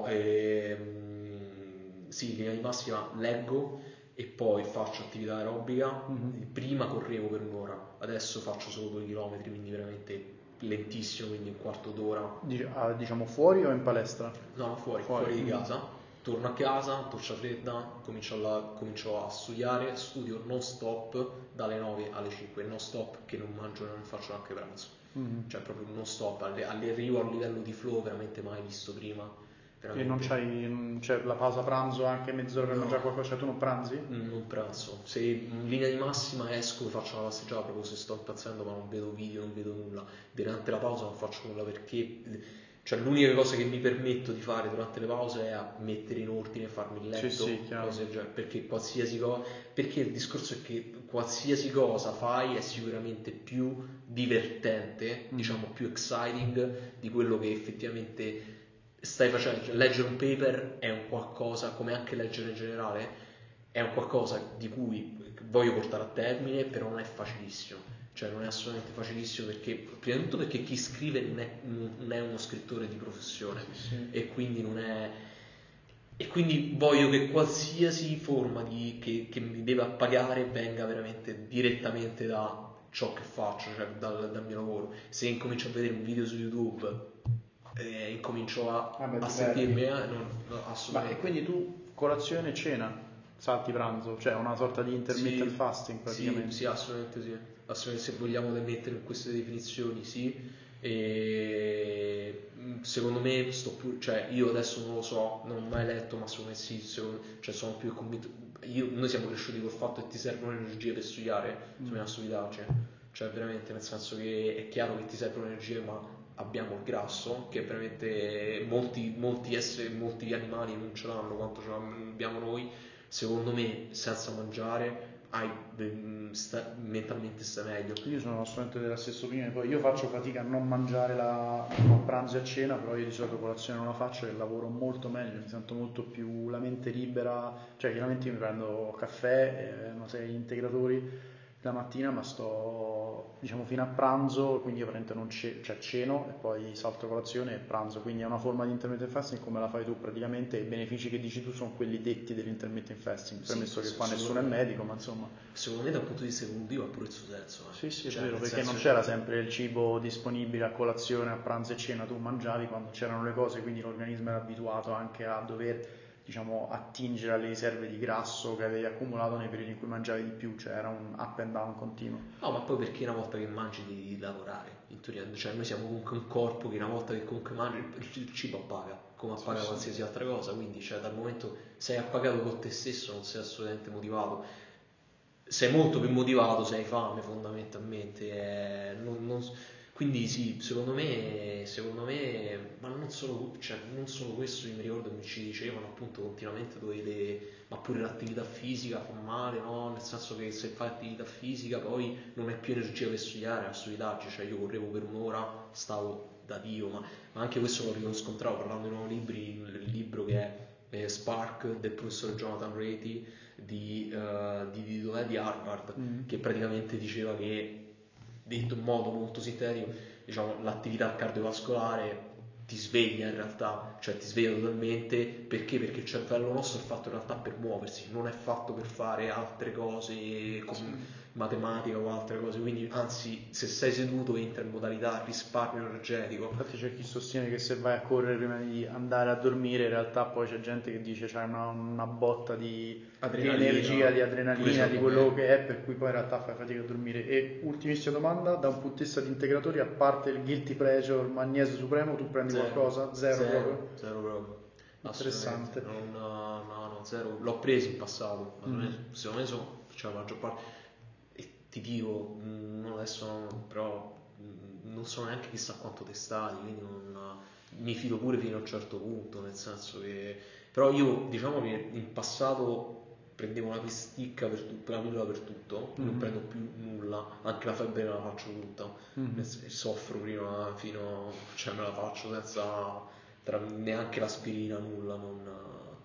ehm, sì, in linea di massima leggo e poi faccio attività aerobica. Mm. Prima correvo per un'ora, adesso faccio solo due chilometri, quindi veramente lentissimo, quindi un quarto d'ora. Dic- ah, diciamo fuori o in palestra? No, fuori, Fuori. fuori di Mm. casa. Torno a casa, doccia fredda, comincio, alla- comincio a studiare, studio non stop dalle nove alle cinque, non stop che non mangio e non faccio neanche pranzo. Mm. Cioè proprio non stop, Alle- arrivo a un livello di flow veramente mai visto prima. E non Veramente. c'hai cioè, la pausa pranzo anche mezz'ora per No. mangiare qualcosa, cioè tu non pranzi? Non pranzo, se in linea di massima esco, faccio una passeggiata proprio se sto impazzendo, ma non vedo video, non vedo nulla. Durante la pausa non faccio nulla perché, cioè, l'unica cosa che mi permetto di fare durante le pause è a mettere in ordine, farmi il letto, Sì, sì, chiaro. cose del genere, perché qualsiasi cosa, perché il discorso è che qualsiasi cosa fai è sicuramente più divertente, Mm. diciamo più exciting di quello che effettivamente stai facendo. Cioè, leggere un paper è un qualcosa, come anche leggere in generale, è un qualcosa di cui voglio portare a termine, però non è facilissimo. Cioè non è assolutamente facilissimo perché, prima di tutto perché chi scrive non è, non è uno scrittore di professione. Sì, sì. E quindi non è... E quindi voglio che qualsiasi forma di, che, che mi deve pagare venga veramente direttamente da ciò che faccio, cioè dal, dal mio lavoro. Se incomincio a vedere un video su YouTube e incomincio a, Ah, beh, a ti sentirmi, perdi. eh, non, no, Ma e assolutamente. quindi tu colazione e cena salti pranzo, cioè una sorta di intermittent Sì, fasting praticamente. sì, sì, assolutamente sì. Assolutamente, se vogliamo mettere in queste definizioni, sì. E mh, secondo me sto più, cioè io adesso non lo so, non ho mai letto, ma secondo me sì, secondo- cioè sono più convinto. Io- noi siamo cresciuti col fatto che ti servono energie per studiare, sono una stupidaggine. Cioè veramente, nel senso che è chiaro che ti servono energie, ma abbiamo il grasso, che veramente molti, molti esseri, molti animali non ce l'hanno quanto ce l'abbiamo noi. Secondo me senza mangiare hai, mm, sta- mentalmente stai meglio. Io sono assolutamente della stessa opinione, poi io faccio fatica a non mangiare la, a pranzo e a cena, però io di solito colazione non la faccio e lavoro molto meglio, mi sento molto più la mente libera, cioè chiaramente io mi prendo caffè, eh, una serie di integratori la mattina, ma sto diciamo fino a pranzo, quindi io praticamente non ce- cioè ceno e poi salto colazione e pranzo, quindi è una forma di intermittent fasting come la fai tu praticamente, e i benefici che dici tu sono quelli detti dell'intermittent fasting, Sì, premesso che sì, qua secondo nessuno è me- medico, ma insomma. Secondo me dal punto di vista evolutivo ha pure il suo senso. eh. Sì, sì, è Cioè, vero, nel perché senso non che- c'era sempre il cibo disponibile a colazione, a pranzo e cena, tu mangiavi quando c'erano le cose, quindi l'organismo era abituato anche a dover, diciamo, attingere alle riserve di grasso che avevi accumulato nei periodi in cui mangiavi di più, cioè era un up and down continuo. No, ma poi perché una volta che mangi devi lavorare, in teoria, cioè noi siamo comunque un corpo che una volta che comunque mangi il il cibo appaga, come appaga Sì, sì. qualsiasi altra cosa, quindi cioè dal momento sei appagato con te stesso non sei assolutamente motivato, sei molto più motivato se hai fame fondamentalmente, eh, non- non- Quindi sì, secondo me, secondo me, ma non solo, cioè, non solo questo, io mi ricordo che ci dicevano appunto continuamente dovete, ma pure l'attività fisica fa male, no? Nel senso che se fai attività fisica poi non hai più energia per studiare, a studiarci, cioè io correvo per un'ora, stavo da Dio, ma, ma anche questo lo riscontravo parlando di nuovi libri, il libro che è eh, Spark del professor Jonathan Raity di, uh, di, di, dov'è? Di Harvard, Mm. che praticamente diceva che, detto in modo molto sintetico, diciamo, l'attività cardiovascolare ti sveglia in realtà, cioè ti sveglia totalmente. Perché? Perché il cervello nostro è fatto in realtà per muoversi, non è fatto per fare altre cose come Sì. matematica o altre cose, quindi anzi se sei seduto entra in modalità risparmio energetico. Infatti c'è chi sostiene che se vai a correre prima di andare a dormire, in realtà poi c'è gente che dice c'hai una, una botta di, di Adrenalina, energia, di pure adrenalina, secondo di quello me. che è, per cui poi in realtà fai fatica a dormire. E ultimissima domanda, da un punto di vista di integratori, a parte il guilty pleasure, magnesio supremo, tu prendi Zero. qualcosa? Zero, Zero, proprio? zero proprio. Interessante. Assolutamente. Non, no, no, no, zero. L'ho preso in passato, ma Mm. secondo me sono, cioè la maggior parte. E ti dico, mh, non adesso no, però mh, non so neanche chissà quanto testati, quindi non, mi fido pure fino a un certo punto, nel senso che. Però io diciamo che in passato prendevo una pasticca per tutto, una pillola per tutto, Mm. non prendo più nulla, anche la febbre me la faccio tutta. Mm. Nel sen- soffro prima fino, cioè me la faccio senza tra- neanche l'aspirina, nulla, non,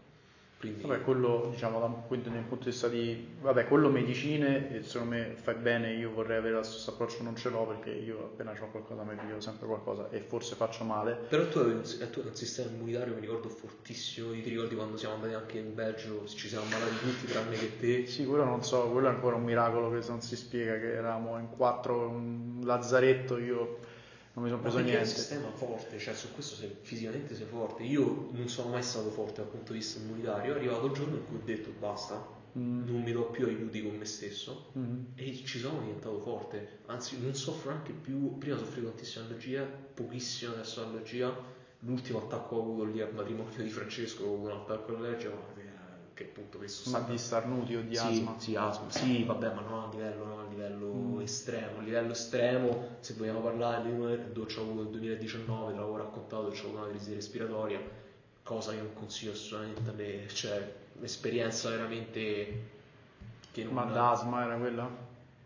quindi Vabbè, quello diciamo da un punto, dal punto di vista di, vabbè, quello medicine, e secondo me fai bene, io vorrei avere lo stesso approccio, non ce l'ho perché io appena ho qualcosa mi piglio sempre qualcosa e forse faccio male. Però tu avevi un, eh, tu hai un sistema immunitario, mi ricordo, fortissimo. Io ti ricordi quando siamo andati anche in Belgio, ci siamo ammalati tutti tranne che te. Sì, quello non so, quello è ancora un miracolo che non si spiega, che eravamo in quattro, un lazzaretto, io non mi sono Ma preso perché è un niente. sistema forte, cioè su questo sei, fisicamente sei forte. Io non sono mai stato forte dal punto di vista immunitario, è arrivato il giorno in cui ho detto basta, Mm. non mi do più aiuti con me stesso Mm. e ci sono diventato forte. Anzi, non soffro neanche più, prima soffrivo tantissima allergia, pochissimo adesso allergia. L'ultimo attacco che ho avuto lì al matrimonio di Francesco, ho avuto un attacco allergico, ma eh, che punto questo Ma sta. di starnuti o di Sì, asma? sì, asma, sì, vabbè, ma non a livello, no, a livello Mm. estremo. A livello estremo, se vogliamo parlare di uno che ho avuto nel duemiladiciannove, te l'avevo raccontato, che ho avuto una crisi respiratoria, cosa che non consiglio assolutamente, a me, cioè, un'esperienza veramente che non. Ma d'asma era quella?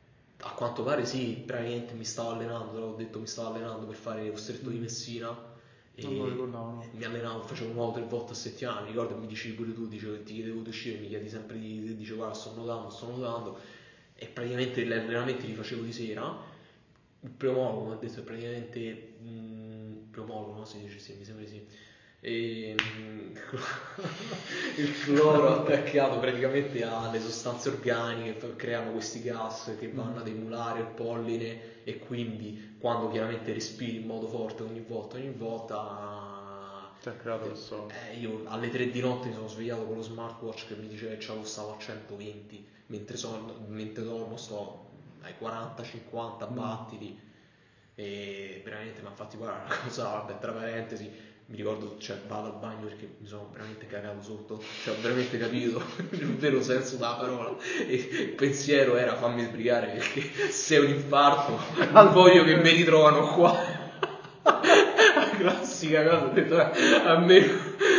A quanto pare sì, praticamente mi stavo allenando, te l'avevo detto, mi stavo allenando per fare lo stretto di Mm. Messina Non me lo e ricordavo, no. mi allenavo, facevo nuovo tre volte a settimana, mi ricordo che mi dicevi pure tu, dicevo, ti chiedevo di uscire, mi chiedi sempre di, dicevo guarda sto nuotando, sto nuotando e praticamente gli allenamenti li facevo di sera. Il pneumologo mi ha detto che praticamente, mh, pneumologo, no? Si dice sì, mi sembra di sì. E, mh, il cloro attaccato praticamente alle sostanze organiche creano questi gas che vanno ad emulare il polline e quindi quando chiaramente respiri in modo forte ogni volta ogni volta Ti ha creato questo. eh, io alle tre di notte mi sono svegliato con lo smartwatch che mi diceva che ce stavo a centoventi mentre, sono, mentre dormo sto ai quaranta cinquanta battiti e veramente mi ha fatto guardare una cosa, vabbè, tra parentesi mi ricordo, cioè vado al bagno perché mi sono veramente cagato sotto, cioè ho veramente capito il vero senso della parola e il pensiero era fammi sbrigare perché se è un infarto non voglio che mi ritrovano qua. La classica cosa, ho detto eh, a me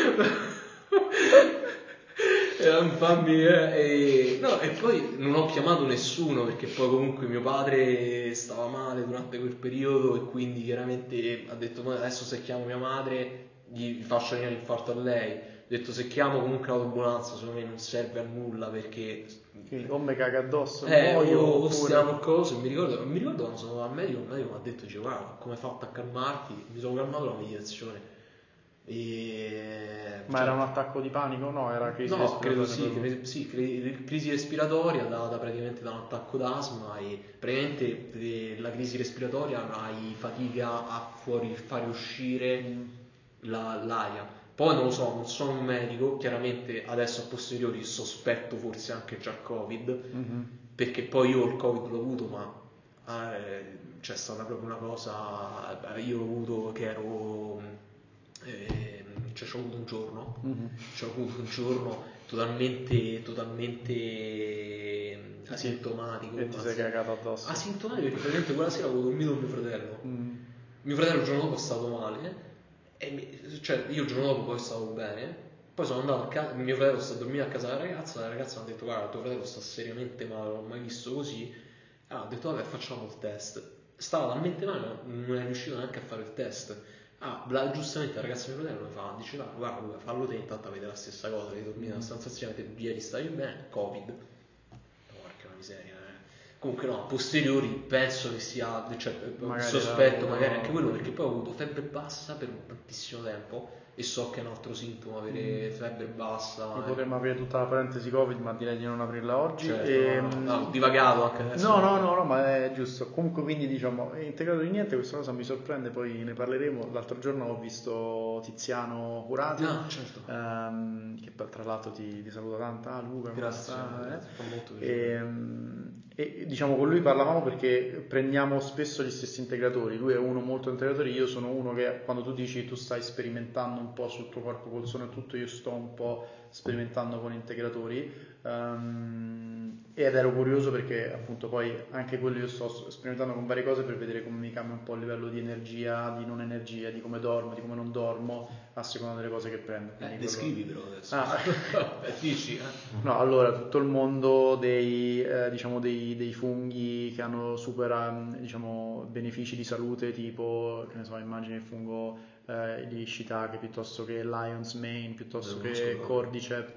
eh, fammi eh, e... No, e poi non ho chiamato nessuno perché poi comunque mio padre stava male durante quel periodo e quindi chiaramente ha detto "Ma adesso se chiamo mia madre gli faccio venire l'infarto a lei". Ho detto se chiamo comunque l'autoambulanza secondo me non serve a nulla perché Quindi o mi caga addosso, eh, muoio, o, o oppure. stiamo a cose, mi ricordo, mi ricordo quando sono andato al medico, il medico mi ha detto, dice, guarda, come hai fatto a calmarti? Mi sono calmato la meditazione. E, Ma cioè, era un attacco di panico? No, era crisi no, credo respiratoria sì, proprio. cre- sì, cre- crisi respiratoria data praticamente da un attacco d'asma e praticamente eh, la crisi respiratoria hai fatica a fuori, fare uscire la- l'aria. Poi non lo so, non sono un medico, chiaramente adesso a posteriori sospetto forse anche già Covid, Mhm. perché poi io il Covid l'ho avuto, ma eh, c'è stata proprio una cosa, eh, io l'ho avuto che ero, eh, cioè c'ho avuto un giorno, Mhm. c'ho avuto un giorno totalmente, totalmente asintomatico. E ti sei cagato addosso. Asintomatico perché praticamente quella sera ho avuto un mito con mio fratello. Mm. Mio fratello il giorno dopo è stato male, e mi, cioè io il giorno dopo poi stavo bene, poi sono andato a casa, mio fratello sta a dormire a casa della ragazza, la ragazza mi ha detto guarda tuo fratello sta seriamente male, non l'ho mai visto così, allora ho detto vabbè facciamo il test, stava talmente male non è riuscito neanche a fare il test. Ah, la, giustamente la ragazza di mio fratello mi fa, dice no, guarda, fallo te, intanto avete la stessa cosa, avete dormito nella stanza assieme, ieri stavi bene, Covid. Porca miseria, eh. Comunque no, a posteriori penso che sia, cioè, Magari sospetto era- magari anche quello, perché poi ho avuto febbre bassa per tantissimo tempo e so che è un altro sintomo avere febbre bassa. Qui eh. potremmo aprire tutta la parentesi Covid, ma direi di non aprirla oggi. Certo, E, ma- no, ho divagato anche adesso. No, no, no, no, ma è giusto. Comunque, quindi diciamo, è integrato di niente, questa cosa mi sorprende, poi ne parleremo. L'altro giorno ho visto Tiziano Curati, Ah, certo. ehm, che poi tra l'altro ti, ti saluta tanto. Ah, Luca, come Grazie, sta? Eh? grazie, fa molto piacere. E, e diciamo con lui parlavamo perché prendiamo spesso gli stessi integratori. Lui è uno molto integratore, io sono uno che quando tu dici tu stai sperimentando un po' sul tuo corpo col sonno e tutto, io sto un po' sperimentando con integratori. Um, ed ero curioso perché appunto poi anche quello io sto sperimentando con varie cose per vedere come mi cambia un po' il livello di energia, di non energia, di come dormo, di come non dormo a seconda delle cose che prendo. Eh, Quindi descrivi quello... però adesso. Ah. Eh, dici, eh? No, allora tutto il mondo dei, eh, diciamo dei, dei funghi che hanno super um, diciamo, benefici di salute, tipo, che ne so, immagini il fungo eh, gli shiitake piuttosto che lion's mane, piuttosto Lo che conosco proprio. cordyceps.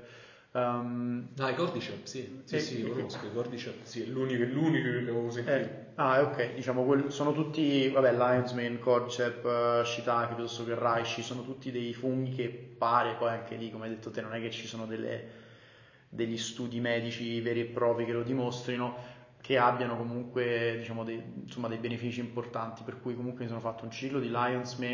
Um, Ah, i Cordyceps, sì, sì, e- sì, li e- conosco, i Cordyceps, sì, è l'unico, è l'unico che avevo sentito. eh, ah, ok, diciamo, quel- sono tutti, vabbè, lion's mane, cordyceps, uh, shiitake, piuttosto che reishi, sono tutti dei funghi che pare, poi anche lì, come hai detto te, non è che ci sono delle, degli studi medici veri e propri che lo dimostrino, che abbiano comunque, diciamo, dei, insomma, dei benefici importanti, per cui comunque mi sono fatto un ciclo di lion's mane,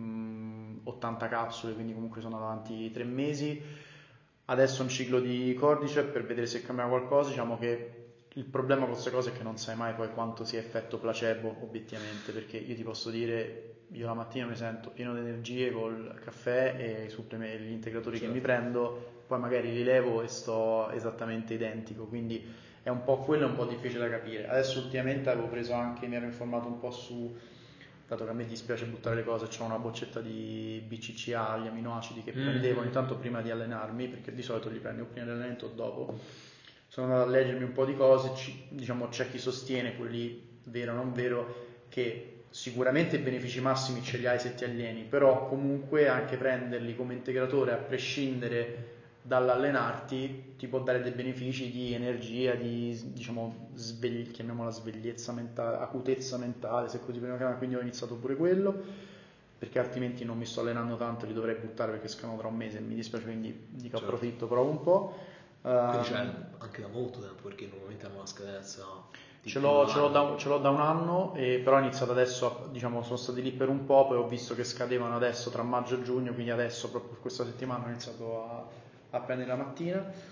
mh, ottanta capsule, quindi comunque sono avanti tre mesi. Adesso un ciclo di cordyceps per vedere se cambia qualcosa. Diciamo che il problema con queste cose è che non sai mai poi quanto sia effetto placebo obiettivamente, perché io ti posso dire, io la mattina mi sento pieno di energie col caffè e i supplementi, gli integratori Certo. che mi prendo, poi magari li levo e sto esattamente identico, quindi è un po' quello, è un po' difficile da capire. Adesso ultimamente avevo preso anche, mi ero informato un po' su, dato che a me dispiace buttare le cose, c'ho una boccetta di B C C A, gli aminoacidi che Mm. prendevo ogni tanto prima di allenarmi, perché di solito li prendo prima dell'allenamento o dopo. Sono andato a leggermi un po' di cose, ci- diciamo c'è chi sostiene, quelli vero o non vero, che sicuramente i benefici massimi ce li hai se ti alleni, però comunque anche prenderli come integratore a prescindere dall'allenarti ti può dare dei benefici di energia, di diciamo svegli- chiamiamola svegliezza mentale, acutezza mentale, se così vogliamo chiamare, quindi ho iniziato pure quello, perché altrimenti non mi sto allenando tanto, li dovrei buttare perché scadono tra un mese, mi dispiace, quindi dico Certo. approfitto, provo un po'. Quindi Ehm, c'è anche da molto tempo, perché normalmente hanno una scadenza di Ce più l'ho, ce l'ho anni. da, ce l'ho da un anno, e però ho iniziato adesso, diciamo, sono stati lì per un po', poi ho visto che scadevano adesso tra maggio e giugno, quindi adesso, proprio questa settimana, ho iniziato a, a prendere la mattina.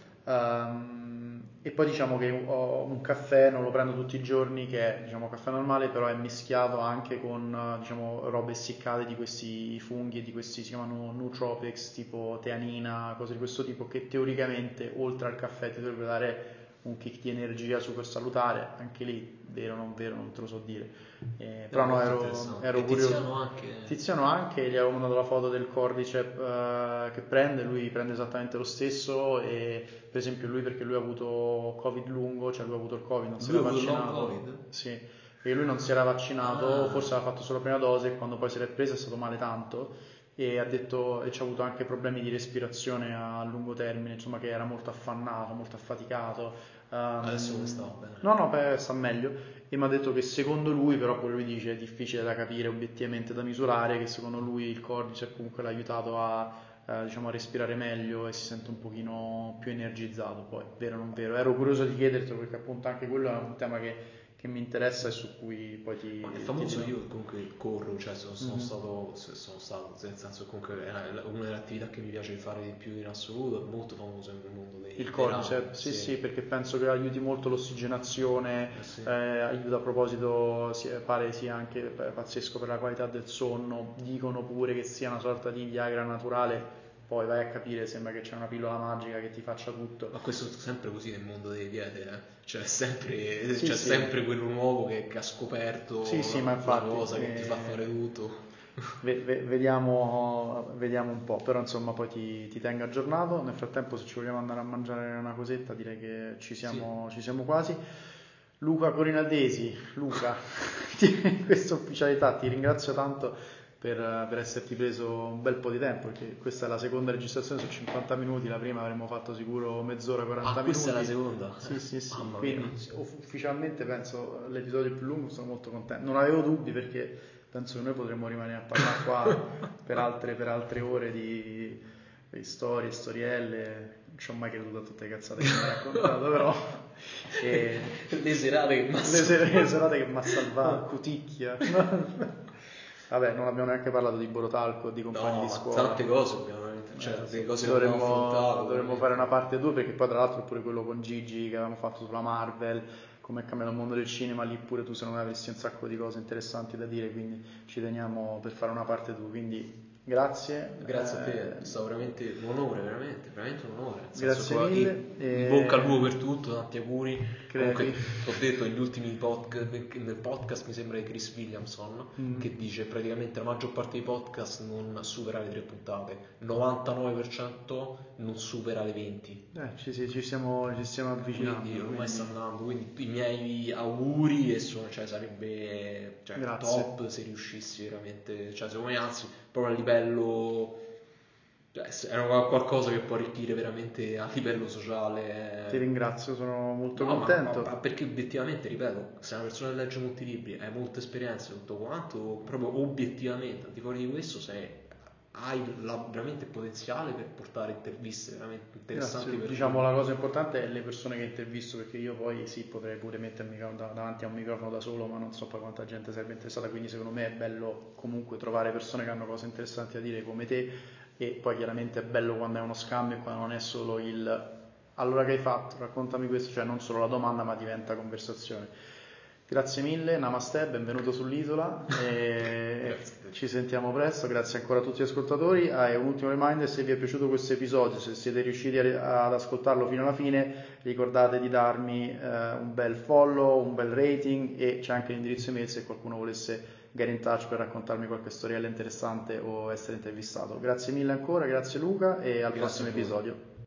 Ehm, e poi diciamo che ho un caffè, non lo prendo tutti i giorni, che è diciamo caffè normale, però è mischiato anche con eh, diciamo robe essiccate di questi funghi, di questi si chiamano nootropics, tipo teanina, cose di questo tipo, che teoricamente oltre al caffè ti dovrebbe dare un kick di energia super salutare, anche lì vero o non vero non te lo so dire, eh, però no, molto ero, interessante. ero E curioso. Tiziano anche. Tiziano anche, gli avevo mandato la foto del cordyceps eh, che prende, lui prende esattamente lo stesso, e per esempio lui, perché lui ha avuto covid lungo, cioè lui ha avuto il covid, non si Lui era ha avuto il long vaccinato. Covid? Sì, perché lui non si era vaccinato, Ah. forse aveva fatto solo la prima dose, e quando poi se l'è presa è stato male tanto, e ha detto, e ci ha avuto anche problemi di respirazione a lungo termine, insomma, che era molto affannato, molto affaticato. Um, Adesso come sta? Bene? No, no, beh, sta meglio, e mi ha detto che secondo lui, però quello lui dice è difficile da capire, obiettivamente da misurare, che secondo lui il cordyceps comunque l'ha aiutato a, eh, diciamo, a respirare meglio e si sente un pochino più energizzato. Poi vero o non vero, ero curioso di chiedertelo perché appunto anche quello è un tema che, che mi interessa e su cui poi ti, Ma è ti famoso, dirò. io comunque corro, cioè sono, sono Mhm. stato, sono stato, nel senso che comunque è una, una delle attività che mi piace fare di più in assoluto, è molto famoso nel mondo dei Il dei cordyceps, running, sì, sì, perché penso che aiuti molto l'ossigenazione, Eh sì. eh, aiuta a proposito, si- pare sia anche pazzesco per la qualità del sonno, dicono pure che sia una sorta di Viagra naturale, poi vai a capire, sembra che c'è una pillola magica che ti faccia tutto. Ma questo è sempre così nel mondo delle diete, eh? Cioè sempre, Sì, c'è sì. sempre quello nuovo che, che ha scoperto Sì, sì, ma la, la infatti, cosa che ti fa eh, fare tutto. ve- ve- vediamo, vediamo un po', però insomma poi ti, ti tengo aggiornato. Nel frattempo, se ci vogliamo andare a mangiare una cosetta, direi che ci siamo, ci siamo quasi. Luca Corinaldesi, Luca, di questa ufficialità, ti ringrazio tanto per, per esserti preso un bel po' di tempo, perché questa è la seconda registrazione su cinquanta minuti, la prima avremmo fatto sicuro mezz'ora, quaranta Ah, questa minuti. è la seconda? Sì, sì, sì, Mamma quindi mia. ufficialmente penso l'episodio più lungo, sono molto contento. Non avevo dubbi perché penso che noi potremmo rimanere a parlare qua per altre, per altre ore di, di storie, storielle. Non ci ho mai creduto a tutte le cazzate che mi hai raccontato, però. E Le serate che mi ha le, ser- salvato. le serate che mi ha salvato, Cuticchia. Vabbè, non abbiamo neanche parlato di Borotalco, di compagni No, di ma scuola. tante cose ovviamente, cioè Eh, tante sì. cose che abbiamo dovremmo, affrontato. dovremmo veramente. fare una parte due, perché poi tra l'altro pure quello con Gigi che avevamo fatto sulla Marvel, come è cambiato il mondo del cinema, lì pure tu secondo me avresti un sacco di cose interessanti da dire, quindi ci teniamo per fare una parte due, quindi grazie. Grazie a te, eh, è stato veramente un onore, veramente, veramente un onore. Nel Grazie senso che mille, in, in bocca al e- lupo per tutto, tanti auguri. Comunque, crepi. ti ho detto negli ultimi podcast, nel podcast mi sembra di Chris Williamson, Mm. che dice praticamente la maggior parte dei podcast non supera le tre puntate, novantanove per cento non supera le venti. Eh, ci, sì, ci stiamo, ci stiamo avvicinando. Quindi ormai quindi- sta andando, quindi i miei auguri e sono, cioè, sarebbe cioè, Grazie. top se riuscissi veramente, cioè secondo me anzi proprio a livello, cioè se- è una- qualcosa che può arricchire veramente a livello sociale. Ti ringrazio, sono molto No, ma, ma- contento. ma perché obiettivamente, ripeto, sei una persona che legge molti libri, hai molte esperienze, tutto quanto, proprio obiettivamente, al di fuori di questo sei, hai la- veramente il potenziale per portare interviste veramente interessanti Grazie. per Diciamo tutti. la cosa importante è le persone che intervisto, perché io poi sì, potrei pure mettermi da- davanti a un microfono da solo, ma non so poi quanta gente sarebbe interessata, quindi secondo me è bello comunque trovare persone che hanno cose interessanti da dire come te, e poi chiaramente è bello quando è uno scambio e quando non è solo il allora che hai fatto, raccontami questo, cioè non solo la domanda ma diventa conversazione. Grazie mille, namaste, benvenuto sull'isola e Grazie a te. ci sentiamo presto, grazie ancora a tutti gli ascoltatori. Ah, e un ultimo reminder: se vi è piaciuto questo episodio, se siete riusciti a- ad ascoltarlo fino alla fine, ricordate di darmi eh, un bel follow, un bel rating, e c'è anche l'indirizzo email se qualcuno volesse get in touch per raccontarmi qualche storiella interessante o essere intervistato. Grazie mille ancora, grazie Luca, e al Grazie prossimo a voi. episodio.